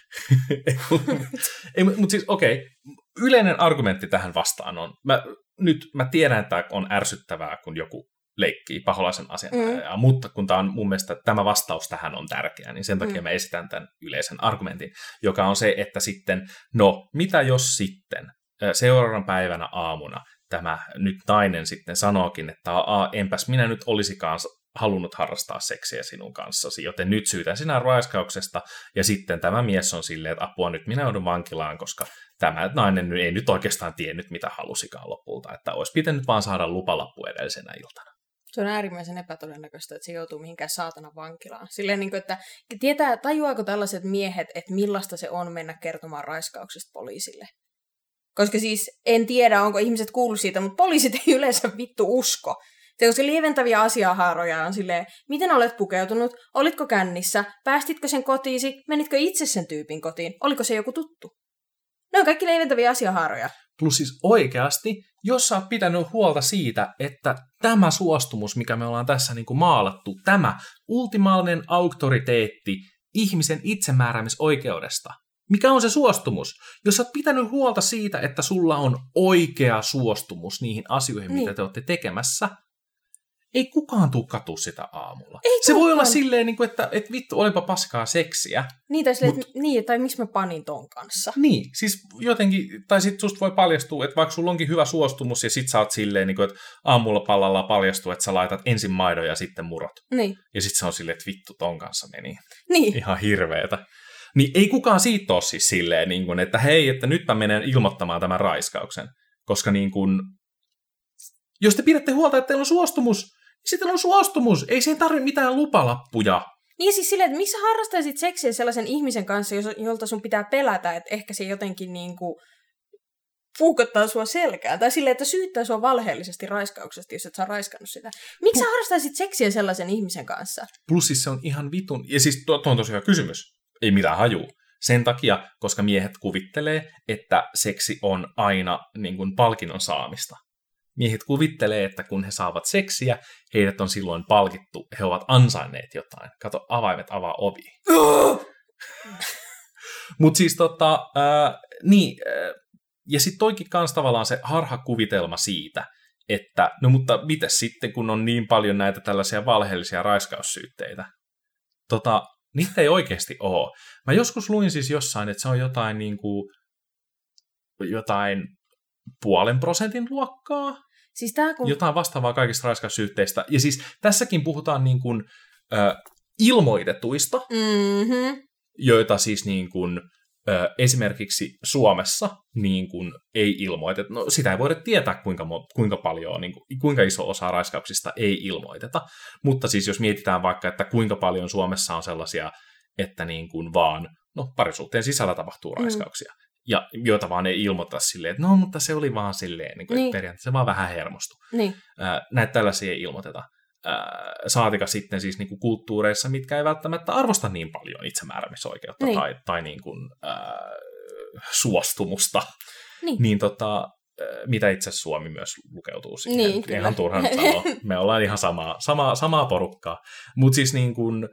ei, mutta siis okei, okay. Yleinen argumentti tähän vastaan on, mä, nyt mä tiedän, että on ärsyttävää, kun joku leikkii paholaisen asianajajan, mm. mutta kun tää on mun mielestä tämä vastaus tähän on tärkeä, niin sen takia mm. mä esitän tämän yleisen argumentin, joka on se, että sitten, no mitä jos sitten seuraavan päivänä aamuna tämä nyt nainen sitten sanookin, että a, enpäs minä nyt olisikaan halunnut harrastaa seksiä sinun kanssasi, joten nyt syytän sinä raiskauksesta, ja sitten tämä mies on silleen, että apua, nyt minä joudun vankilaan, koska tämä nainen ei nyt oikeastaan tiennyt, mitä halusikaan lopulta, että olisi pitänyt vaan saada lupalappu edellisenä iltana.
Se on äärimmäisen epätodennäköistä, että se joutuu mihinkään saatana vankilaan. Silleen, niin kuin, että tietää, tajuaako tällaiset miehet, että millaista se on mennä kertomaan raiskauksesta poliisille? Koska siis en tiedä, onko ihmiset kuullut siitä, mutta poliisit ei yleensä vittu usko. Se, koska lieventäviä asiahaaroja on silleen, miten olet pukeutunut, olitko kännissä, päästitkö sen kotiisi, menitkö itse sen tyypin kotiin, oliko se joku tuttu? Ne on kaikki lieventäviä asiahaaroja.
Plus siis oikeasti, jos sä oot pitänyt huolta siitä, että tämä suostumus, mikä me ollaan tässä niin kuin maalattu, tämä ultimaalinen auktoriteetti ihmisen itsemääräämisoikeudesta, Mikä on se suostumus? Jos sä oot pitänyt huolta siitä, että sulla on oikea suostumus niihin asioihin, niin. mitä te olette tekemässä, ei kukaan tule katua sitä aamulla.
Ei
se
kukaan.
voi olla silleen, että, että vittu, olipa paskaa seksiä.
Niin, tai, silleen,
mut,
että, niin, tai miksi mä panin ton kanssa?
Niin, siis jotenkin, tai sit susta voi paljastua, että vaikka sulla onkin hyvä suostumus, ja sit sä oot silleen, että aamulla pallalla paljastuu, että sä laitat ensin maidon ja sitten murot.
Niin.
Ja sit se on silleen, että vittu, ton kanssa meni.
Niin.
Ihan hirveetä. Niin ei kukaan siitä ole siis silleen, niin kun, että hei, että nyt mä menen ilmoittamaan tämän raiskauksen. Koska niin kun, jos te pidätte huolta, että teillä on suostumus, niin sitten on suostumus. Ei siihen tarvitse mitään lupalappuja.
Niin siis silleen, että miksi sä harrastaisit seksiä sellaisen ihmisen kanssa, jolta sun pitää pelätä, että ehkä se jotenkin niin kuin puukottaa sua selkään. Tai silleen, että syyttää sua valheellisesti raiskauksesta, jos et sä raiskannut sitä. Miksi sä harrastaisit seksiä sellaisen ihmisen kanssa?
Plus siis se on ihan vitun. Ja siis tuo, tuo on tosi hyvä kysymys. Ei mitään hajuu. Sen takia, koska miehet kuvittelee, että seksi on aina niin kuin palkinnon saamista. Miehet kuvittelee, että kun he saavat seksiä, heidät on silloin palkittu, he ovat ansainneet jotain. Kato, avaimet avaa ovi. Mutta siis tota, äh, niin, äh, ja sitten toikin kans tavallaan se harhakuvitelma siitä, että no mutta mites sitten, kun on niin paljon näitä tällaisia valheellisia raiskaussyytteitä? Tota, niitä ei oikeasti ole. Mä joskus luin siis jossain, että se on jotain niin kuin, jotain puolen prosentin luokkaa.
Siis tää kun...
Jotain vastaavaa kaikista raiskaussyytteistä. Ja siis tässäkin puhutaan niin kuin, ö, ilmoitetuista,
mm-hmm.
joita siis niin kuin, ö, esimerkiksi Suomessa niin kuin ei ilmoiteta. No sitä ei voida tietää, kuinka, kuinka paljon, niin kuin, kuinka iso osa raiskauksista ei ilmoiteta. Mutta siis jos mietitään vaikka, että kuinka paljon Suomessa on sellaisia, että niin kuin vaan no, parisuhteen sisällä tapahtuu raiskauksia. Mm. Ja joita vaan ei ilmoita silleen, että no, mutta se oli vaan silleen, niin kuin, niin. että periaatteessa se vaan vähän hermostui.
Niin.
Näitä tällaisia ei ilmoiteta. Saatika sitten siis niin kuin kulttuureissa, mitkä ei välttämättä arvosta niin paljon itsemääräämisoikeutta niin. tai, tai niin kuin, äh, suostumusta. Niin. Niin tota, mitä itse Suomi myös lukeutuu siihen.
Niin,
ihan turha nyt sanoa. Me ollaan ihan samaa, samaa, samaa porukkaa. Mutta siis niin kuin...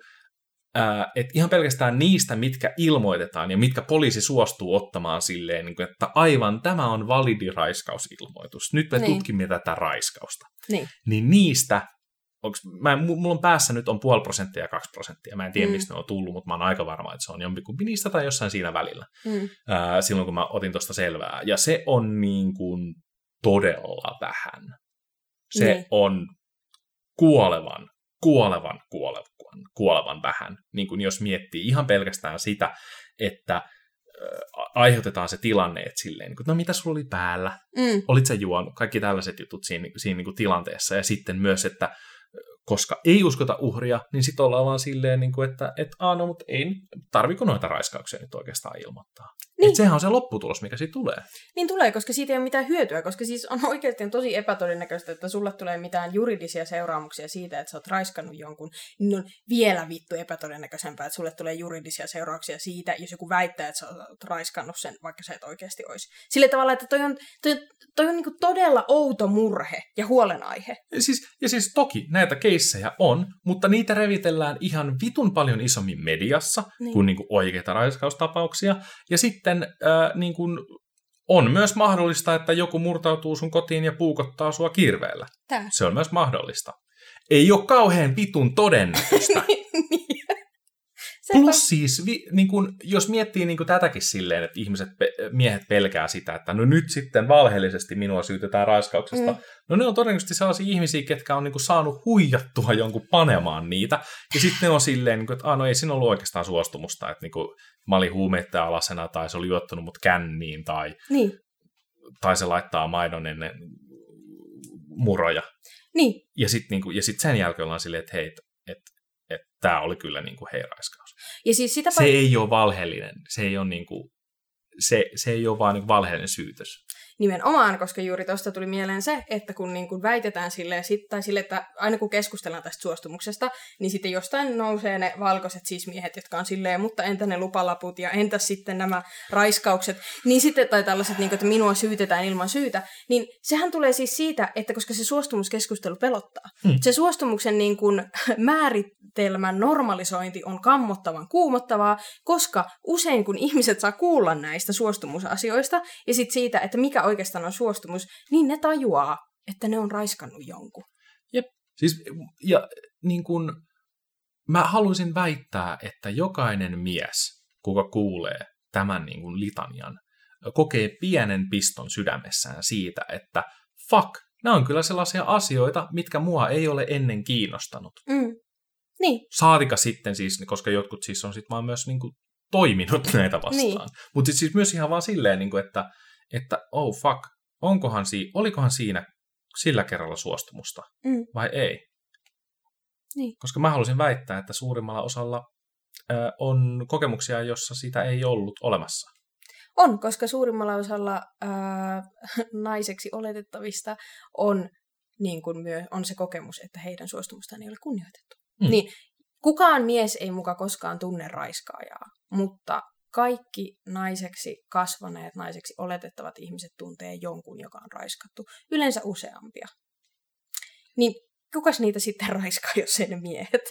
että ihan pelkästään niistä, mitkä ilmoitetaan ja mitkä poliisi suostuu ottamaan silleen, että aivan tämä on validi raiskausilmoitus. Nyt me niin. tutkimme tätä raiskausta.
Niin,
niin niistä, onks, mä, mulla on päässä nyt on puoli prosenttia ja kaksi prosenttia. Mä en tiedä, mm. mistä ne on tullut, mutta mä oon aika varma, että se on jompikumpi niistä tai jossain siinä välillä. Mm. Ää, silloin, kun mä otin tuosta selvää. Ja se on niin kuin todella vähän. Se niin. on kuolevan, kuolevan, kuolevan. kuolevan vähän, niin kuin jos miettii ihan pelkästään sitä, että äh, aiheutetaan se tilanne, että silleen, niin kuin, no mitä sulla oli päällä, mm. olit sä juonut, kaikki tällaiset jutut siinä, siinä niin kuin tilanteessa, ja sitten myös, että koska ei uskota uhria, niin sitten ollaan vaan silleen, niin kuin, että et, aah, no, mutta ei, tarviko noita raiskauksia nyt oikeastaan ilmoittaa? Niin. Että sehän on se lopputulos, mikä siitä tulee.
Niin tulee, koska siitä ei ole mitään hyötyä, koska siis on oikeasti tosi epätodennäköistä, että sulle tulee mitään juridisia seuraamuksia siitä, että sä oot raiskannut jonkun, niin on vielä vittu epätodennäköisempää, että sulle tulee juridisia seurauksia siitä, jos joku väittää, että sä oot raiskannut sen, vaikka sä et oikeasti olisi. Sillä tavalla, että toi on, toi, toi on niinku todella outo murhe ja huolenaihe.
Ja siis, ja siis toki näitä keissejä on, mutta niitä revitellään ihan vitun paljon isommin mediassa niin. kuin niinku oikeita raiskaustapauksia, ja sitten Äh, niin kun on myös mahdollista, että joku murtautuu sun kotiin ja puukottaa sua kirveellä. Tää. Se on myös mahdollista. Ei ole kauhean vitun todennäköistä. Plus siis, vi, niin kun, jos miettii niin kun tätäkin silleen, että ihmiset, pe- miehet pelkää sitä, että no nyt sitten valheellisesti minua syytetään raiskauksesta. Mm. No ne on todennäköisesti sellaisia ihmisiä, ketkä on niin kun saanut huijattua jonkun panemaan niitä. Ja sitten ne on silleen, niin kun, että no ei siinä ollut oikeastaan suostumusta, että niin kun, mä olin huumeiden alasena tai se oli juottanut mut känniin tai,
niin.
tai se laittaa maidon ennen muroja.
Niin.
Ja sitten niin sit sen jälkeen ollaan silleen, että hei, että et, tämä oli kyllä niin kuin hei raiskaus.
Ja siis sitä
se ei ole valheellinen, se ei ole, niin kuin, se, se ei ole vaan niin kuin valheellinen syytös.
Nimenomaan, koska juuri tuosta tuli mieleen se, että kun niin kuin väitetään silleen, tai sille, että aina kun keskustellaan tästä suostumuksesta, niin sitten jostain nousee ne valkoiset sismiehet, jotka on silleen, mutta entä ne lupalaput ja entäs sitten nämä raiskaukset, niin sitten, tai tällaiset, niin kuin, että minua syytetään ilman syytä, niin sehän tulee siis siitä, että koska se suostumuskeskustelu pelottaa. Hmm. Se suostumuksen niin kuin, määrit, suostusmenetelmän normalisointi on kammottavan kuumottavaa, koska usein kun ihmiset saa kuulla näistä suostumusasioista ja sit siitä, että mikä oikeastaan on suostumus, niin ne tajuaa, että ne on raiskannut jonkun.
Jep. Siis, ja niin kun, mä haluaisin väittää, että jokainen mies, kuka kuulee tämän niin kun litanian, kokee pienen piston sydämessään siitä, että fuck, nämä on kyllä sellaisia asioita, mitkä mua ei ole ennen kiinnostanut.
Mm. Niin.
Saatika sitten siis, koska jotkut siis on sitten vaan myös niin kuin toiminut näitä vastaan. Niin. Mutta siis myös ihan vaan silleen, niin kuin, että, että oh fuck, onkohan si- olikohan siinä sillä kerralla suostumusta
mm.
vai ei?
Niin.
Koska mä haluaisin väittää, että suurimmalla osalla äh, on kokemuksia, jossa sitä ei ollut olemassa.
On, koska suurimmalla osalla ää, naiseksi oletettavista on, niin kuin myö, on se kokemus, että heidän suostumustaan ei ole kunnioitettu. Mm. Niin, kukaan mies ei muka koskaan tunne raiskaajaa, mutta kaikki naiseksi kasvaneet, naiseksi oletettavat ihmiset tuntee jonkun, joka on raiskattu. Yleensä useampia. Niin kukas niitä sitten raiskaa, jos ei ne miehet?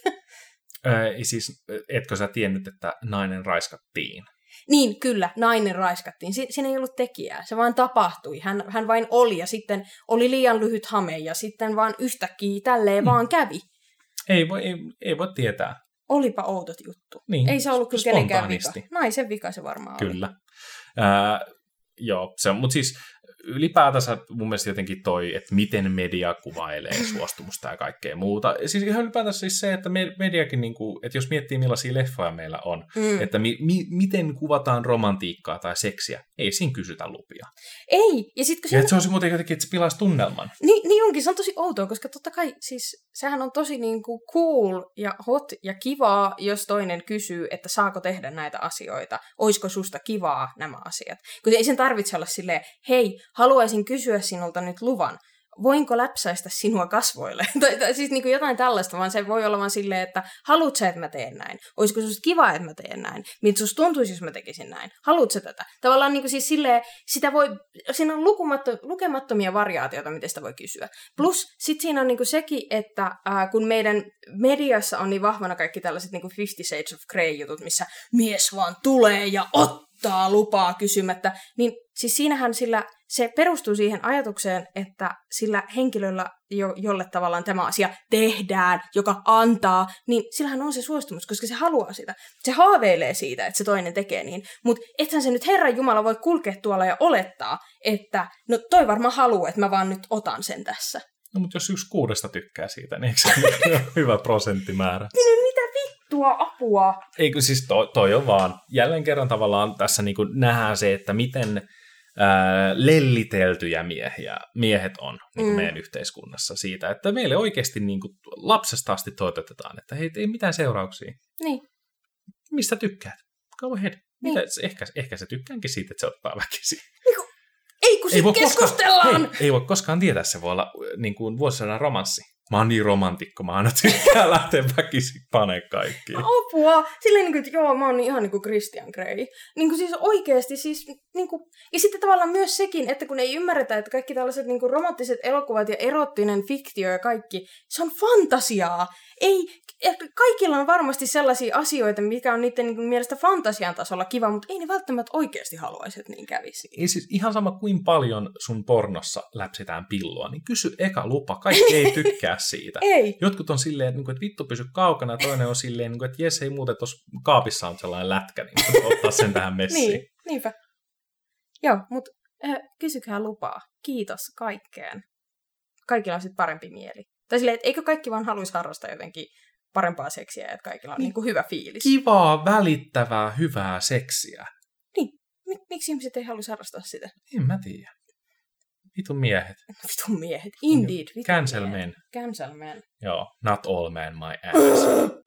Öö, siis, etkö sä tiennyt, että nainen raiskattiin?
Niin, kyllä, nainen raiskattiin. Si- siinä ei ollut tekijää, se vaan tapahtui. Hän, hän vain oli ja sitten oli liian lyhyt hame ja sitten vaan yhtäkkiä tälleen mm. vaan kävi.
Ei voi, ei, ei voi tietää.
Olipa outot juttu.
Niin,
ei se ollut kyllä kenenkään vika. Naisen vika se varmaan
kyllä.
oli.
Kyllä. Äh, joo, se on, mutta siis ylipäätänsä mun mielestä jotenkin toi, että miten media kuvailee suostumusta ja kaikkea muuta. Siis ihan ylipäätänsä siis se, että mediakin, niin kuin, että jos miettii millaisia leffoja meillä on, mm. että mi- mi- miten kuvataan romantiikkaa tai seksiä, ei siinä kysytä lupia.
Ei. Ja, sit, kun
ja se on se muuten jotenkin, että se pilaisi tunnelman.
Niin, niin onkin, se on tosi outoa, koska totta kai siis sehän on tosi niin kuin cool ja hot ja kivaa, jos toinen kysyy, että saako tehdä näitä asioita. Oisko susta kivaa nämä asiat? Kun ei sen tarvitse olla silleen, hei, haluaisin kysyä sinulta nyt luvan. Voinko läpsäistä sinua kasvoille? tai, tai siis niin kuin jotain tällaista, vaan se voi olla vaan silleen, että haluat sä, että mä teen näin? Olisiko susta kiva, että mä teen näin? Miltä susta tuntuisi, jos mä tekisin näin? Haluat sä tätä? Tavallaan niin kuin siis silleen, sitä voi, siinä on lukumatto, lukemattomia variaatioita, miten sitä voi kysyä. Plus sit siinä on niin kuin sekin, että äh, kun meidän mediassa on niin vahvana kaikki tällaiset niin kuin Fifty Shades of Grey-jutut, missä mies vaan tulee ja ottaa lupaa kysymättä, niin siis siinähän sillä se perustuu siihen ajatukseen, että sillä henkilöllä, jo, jolle tavallaan tämä asia tehdään, joka antaa, niin sillähän on se suostumus, koska se haluaa sitä. Se haaveilee siitä, että se toinen tekee niin. Mutta ethän se nyt Herran Jumala voi kulkea tuolla ja olettaa, että no toi varmaan haluaa, että mä vaan nyt otan sen tässä.
No mutta jos yksi kuudesta tykkää siitä, niin eikö se ole hyvä prosenttimäärä?
Niin mitä vittua apua?
Eikö siis toi, toi on vaan, jälleen kerran tavallaan tässä niin kuin nähdään se, että miten ää, lelliteltyjä miehiä, miehet on niin kuin mm. meidän yhteiskunnassa siitä, että meille oikeasti niin kuin lapsesta asti toitotetaan, että hei, ei mitään seurauksia.
Niin.
Mistä tykkäät? Go ahead.
Niin.
Mitä, ehkä, ehkä se tykkäänkin siitä, että se ottaa väkisin.
Niin ei kun sit keskustellaan!
Koskaan, hei, ei voi koskaan tietää, se voi olla niin kuin vuosisadan romanssi. Mä oon niin romantikko, mä aina tykkään lähteä väkisin paneen kaikkiin.
Apua! Silleen niin kuin, että joo, mä oon ihan niin kuin Christian Grey. Niin kuin siis oikeesti siis, niin kuin, ja sitten tavallaan myös sekin, että kun ei ymmärretä, että kaikki tällaiset niin kuin romanttiset elokuvat ja erottinen fiktio ja kaikki, se on fantasiaa. Ei, kaikilla on varmasti sellaisia asioita, mikä on niiden niin kuin, mielestä fantasian tasolla kiva, mutta ei ne välttämättä oikeasti haluaisi, että niin kävisi.
Ei siis ihan sama kuin paljon sun pornossa läpsitään pilloa, niin kysy eka lupa. Kaikki ei tykkää siitä.
Ei.
Jotkut on silleen, että, että vittu pysy kaukana, toinen on silleen, että jes, ei muuten, tuossa kaapissa on sellainen lätkä, niin ottaa sen tähän messiin.
Niin, niinpä. Joo, mutta äh, kysykää lupaa. Kiitos kaikkeen. Kaikilla on sitten parempi mieli. Tai silleen, että eikö kaikki vaan haluaisi harrastaa jotenkin parempaa seksiä, että kaikilla on niin kuin hyvä fiilis.
Kivaa, välittävää, hyvää seksiä.
Niin. Miksi ihmiset ei haluaisi harrastaa sitä?
En mä tiedä. Vitun miehet.
Vitun miehet. Indeed. Vitun
Cancel
miehet.
men.
Cancel men.
Joo. Not all men, my ass.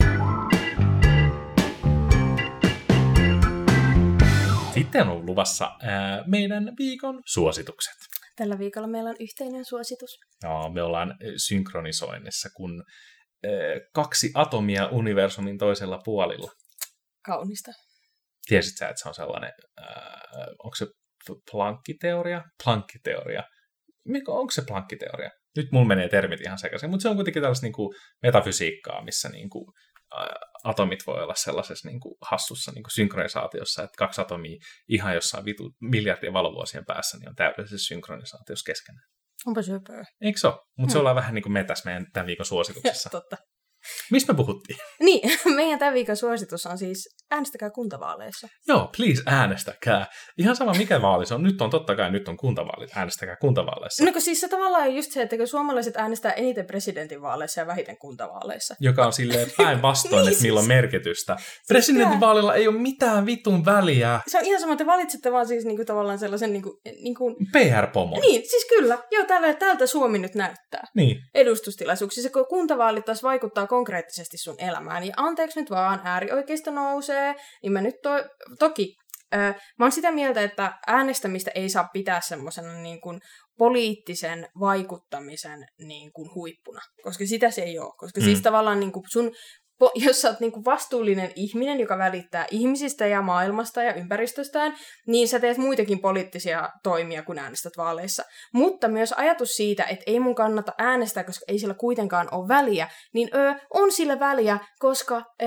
Sitten on luvassa ää, meidän viikon suositukset.
Tällä viikolla meillä on yhteinen suositus.
Joo, me ollaan synkronisoinnissa, kun ää, kaksi atomia universumin toisella puolilla.
Kaunista.
Tiesit sä, että se on sellainen, ää, onko se Planck-teoria? Planck-teoria. Onko se Planck-teoria? Nyt mulla menee termit ihan sekaisin, mutta se on kuitenkin tällaista niin kuin metafysiikkaa, missä niin kuin atomit voi olla sellaisessa niin kuin hassussa niin kuin synkronisaatiossa, että kaksi atomia ihan jossain vitu miljardien valovuosien päässä niin on täydellisessä synkronisaatiossa keskenään.
Onpa söpöä.
Eikö se ole? Mutta hmm. se
Hmm.
ollaan vähän niin kuin metäs meidän tämän viikon suosituksessa.
Totta.
Mistä me puhuttiin?
Niin, meidän tämän viikon suositus on siis äänestäkää kuntavaaleissa.
Joo, please äänestäkää. Ihan sama mikä vaali se on. Nyt on totta kai, nyt on kuntavaalit. Äänestäkää kuntavaaleissa.
No kun siis se tavallaan on just se, että kun suomalaiset äänestää eniten presidentinvaaleissa ja vähiten kuntavaaleissa.
Joka on silleen päinvastoin, niin, että siis, millä on merkitystä. Presidentinvaalilla ei ole mitään vitun väliä.
Se on ihan sama, että valitsette vaan siis niinku tavallaan sellaisen niinku... niinku...
P R-pomon.
Niin, siis kyllä. Joo, tällä, tältä Suomi nyt näyttää.
Niin.
Edustustilaisuuksissa, kun kuntavaalit taas vaikuttaa konkreettisesti sun elämään. Ja anteeksi nyt vaan, äärioikeisto nousee, niin mä nyt to, toki, äh, mä oon sitä mieltä, että äänestämistä ei saa pitää semmoisena niin kuin poliittisen vaikuttamisen niin kuin huippuna, koska sitä se ei ole. Koska mm. siis tavallaan niin kuin sun, jos sä oot niin kuin vastuullinen ihminen, joka välittää ihmisistä ja maailmasta ja ympäristöstään, niin sä teet muitakin poliittisia toimia, kun äänestät vaaleissa. Mutta myös ajatus siitä, että ei mun kannata äänestää, koska ei sillä kuitenkaan ole väliä, niin ö, on sillä väliä, koska ö,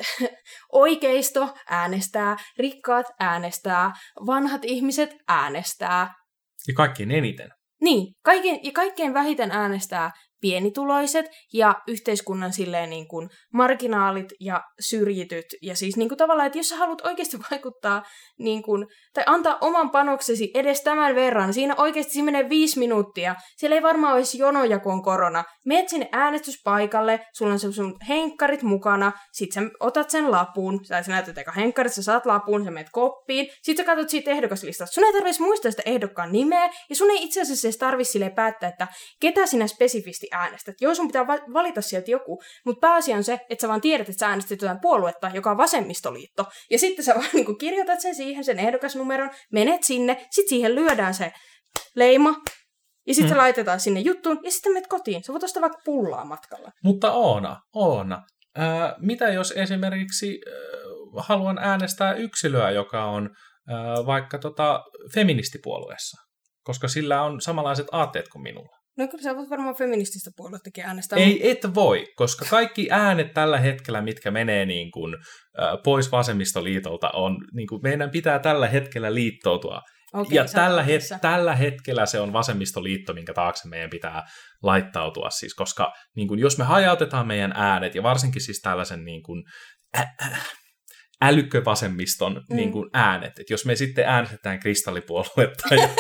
oikeisto äänestää, rikkaat äänestää, vanhat ihmiset äänestää.
Ja kaikkein eniten.
Niin, kaikkein, ja kaikkein vähiten äänestää pienituloiset ja yhteiskunnan silleen niin kuin marginaalit ja syrjityt. Ja siis niin kuin tavallaan, että jos sä haluat oikeasti vaikuttaa niin kuin, tai antaa oman panoksesi edes tämän verran, siinä oikeasti siinä menee viisi minuuttia. Siellä ei varmaan olisi jonoja, kun on korona. Meet sinne äänestyspaikalle, sulla on sun henkkarit mukana, sit sä otat sen lapun, tai sä näytät eka henkkarit, sä saat lapun, sä meet koppiin, sit sä katsot siitä ehdokaslistasta. Sun ei tarvitsisi muistaa sitä ehdokkaan nimeä, ja sun ei itse asiassa edes tarvitse silleen päättää, että ketä sinä spesifisti äänestät. Joo, sun pitää va- valita sieltä joku, mutta pääasia on se, että sä vaan tiedät, että sä äänestit jotain puoluetta, joka on vasemmistoliitto. Ja sitten sä vaan niin kuin kirjoitat sen siihen, sen ehdokasnumeron, menet sinne, sit siihen lyödään se leima, ja sitten hmm. se laitetaan sinne juttuun, ja sitten menet kotiin. Sä voit ostaa vaikka pullaa matkalla.
Mutta Oona, Oona, ää, mitä jos esimerkiksi ää, haluan äänestää yksilöä, joka on ää, vaikka tota, feministipuolueessa, koska sillä on samanlaiset aatteet kuin minulla?
No kyllä sä voit varmaan feminististä puoluettakin äänestää.
Ei, et voi, koska kaikki äänet tällä hetkellä, mitkä menee niin kuin, äh, pois vasemmistoliitolta, on, niin kuin, meidän pitää tällä hetkellä liittoutua.
Okei,
ja tällä, het- tällä hetkellä se on vasemmistoliitto, minkä taakse meidän pitää laittautua. Siis, koska niin kuin, jos me hajautetaan meidän äänet, ja varsinkin siis tällaisen niin kuin, äh, äh, älykkövasemmiston mm. niin kuin, äänet, että jos me sitten äänestetään kristallipuoluetta ja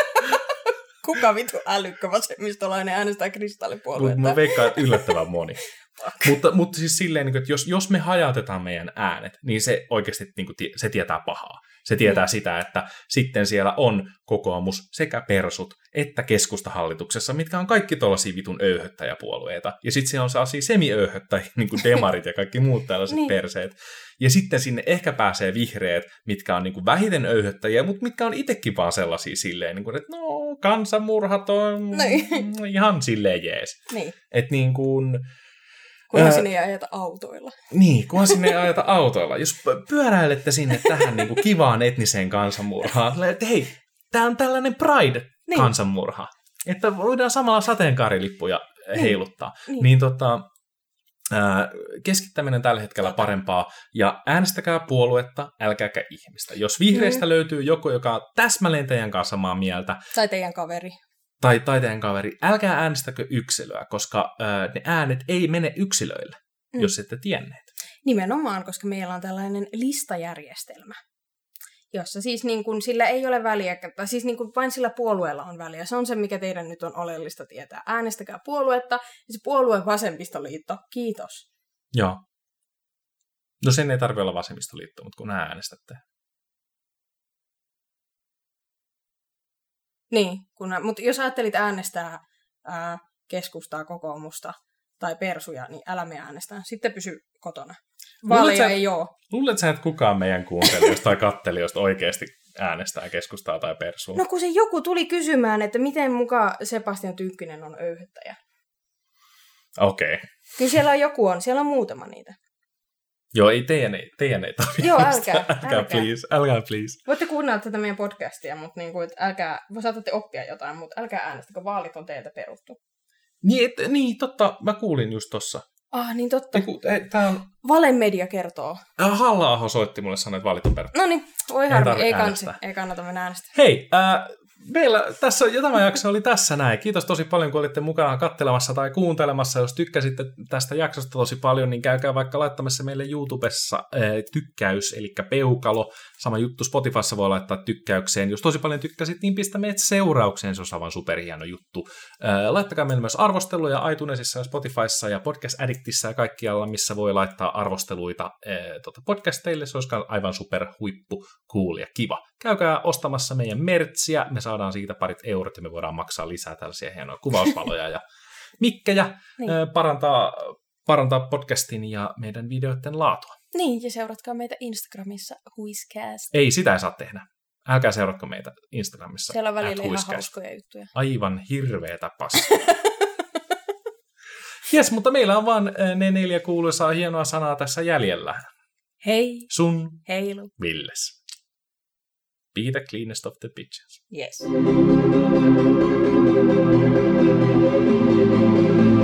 kuka vitu älykkö vasemmistolainen äänestää kristallipuoluetta?
Mä veikkaan, että yllättävän moni. mutta, mutta siis silleen, että jos, jos me hajautetaan meidän äänet, niin se oikeasti niin kuin, se tietää pahaa. Se tietää mm. sitä, että sitten siellä on kokoomus sekä persut että keskustahallituksessa, mitkä on kaikki tuollaisia vitun öyhöttäjäpuolueita. Ja sitten siellä on sellaisia semi-öyhöttäjiä, niin kuin demarit ja kaikki muut tällaiset niin. perseet. Ja sitten sinne ehkä pääsee vihreät, mitkä on niin kuin vähiten öyhöttäjiä, mutta mitkä on itsekin vaan sellaisia silleen, niin kuin, että no, kansanmurhat on niin. ihan silleen jees.
Niin.
Että niin kuin
kunhan sinne ei ajeta autoilla.
Niin, kunhan sinne ei ajeta autoilla. Jos pyöräilette sinne tähän niin kuin kivaan etniseen kansanmurhaan, että hei, tämä on tällainen Pride-kansanmurha, niin. että voidaan samalla sateenkaarilippuja niin. heiluttaa. Niin, niin tota, ää, keskittäminen tällä hetkellä parempaa, ja äänestäkää puoluetta, älkääkä ihmistä. Jos vihreistä mm. löytyy joku, joka on täsmälleen teidän kanssa samaa mieltä,
tai teidän kaveri.
tai taiteen kaveri, älkää äänestäkö yksilöä, koska äh, ne äänet ei mene yksilöille, mm. jos ette tienneet.
Nimenomaan, koska meillä on tällainen listajärjestelmä, jossa siis niin kun sillä ei ole väliä, tai siis niin kun vain sillä puolueella on väliä. Se on se, mikä teidän nyt on oleellista tietää. Äänestäkää puoluetta, ja se puolue vasemmistoliitto, kiitos.
Joo. No sen ei tarvitse olla vasemmistoliitto, mutta kun äänestätte.
Niin, kun, mutta jos ajattelit äänestää ää, keskustaa, kokoomusta tai persuja, niin älä me äänestä. Sitten pysy kotona. Vaaleja ei ole.
Luulet sä, että kukaan meidän kuuntelijoista tai kattelijoista oikeasti äänestää keskustaa tai persua?
No kun se joku tuli kysymään, että miten muka Sebastian Tynkkynen on öyhyttäjä.
Okei. Okay.
Kyllä siellä on joku on, siellä on muutama niitä.
Joo, ei teidän ei, teidän ei tarvitse.
Joo, älkää,
älkää. Älkää, please. Älkää, please.
Voitte kuunnella tätä meidän podcastia, mutta niin kuin, älkää, saatatte oppia jotain, mutta älkää äänestä, kun vaalit on teiltä peruttu.
Niin, et, niin, totta. Mä kuulin just tossa.
Ah, niin totta.
Eiku, ei, tää on...
Valemedia kertoo.
Halla-aho soitti mulle sanoa, että vaalit on perätty.
No niin, voi harmi, ei kansi. Ei kannata mennä äänestä.
Hei, äh, meillä tässä, ja tämä jakso oli tässä näin. Kiitos tosi paljon, kun olitte mukana katselemassa tai kuuntelemassa. Jos tykkäsitte tästä jaksosta tosi paljon, niin käykää vaikka laittamassa meille YouTubessa äh, tykkäys, eli peukalo. Sama juttu Spotifyssa voi laittaa tykkäykseen. Jos tosi paljon tykkäsit, niin pistä meidät seuraukseen. Se on aivan superhieno juttu. Äh, laittakaa meille myös arvosteluja iTunesissa ja Spotifyssa ja Podcast Addictissa ja kaikkialla, missä voi laittaa arvosteluita äh, tota podcasteille. Se olisi aivan super huippu, cool ja kiva. Käykää ostamassa meidän mertsiä. Me saadaan siitä parit eurot ja me voidaan maksaa lisää tällaisia hienoja kuvausvaloja ja mikkejä. Niin. Äh, parantaa, parantaa podcastin ja meidän videoiden laatua.
Niin, ja seuratkaa meitä Instagramissa, Huiscast.
Ei, sitä ei saa tehdä. Älkää seuratko meitä Instagramissa.
Siellä on välillä ihan hauskoja juttuja.
Aivan hirveetä paskaa. Jes, mutta meillä on vaan ne neljä kuuluisaa hienoa sanaa tässä jäljellä.
Hei.
Sun.
Heilu.
Villes. Be the cleanest of the bitches.
Yes.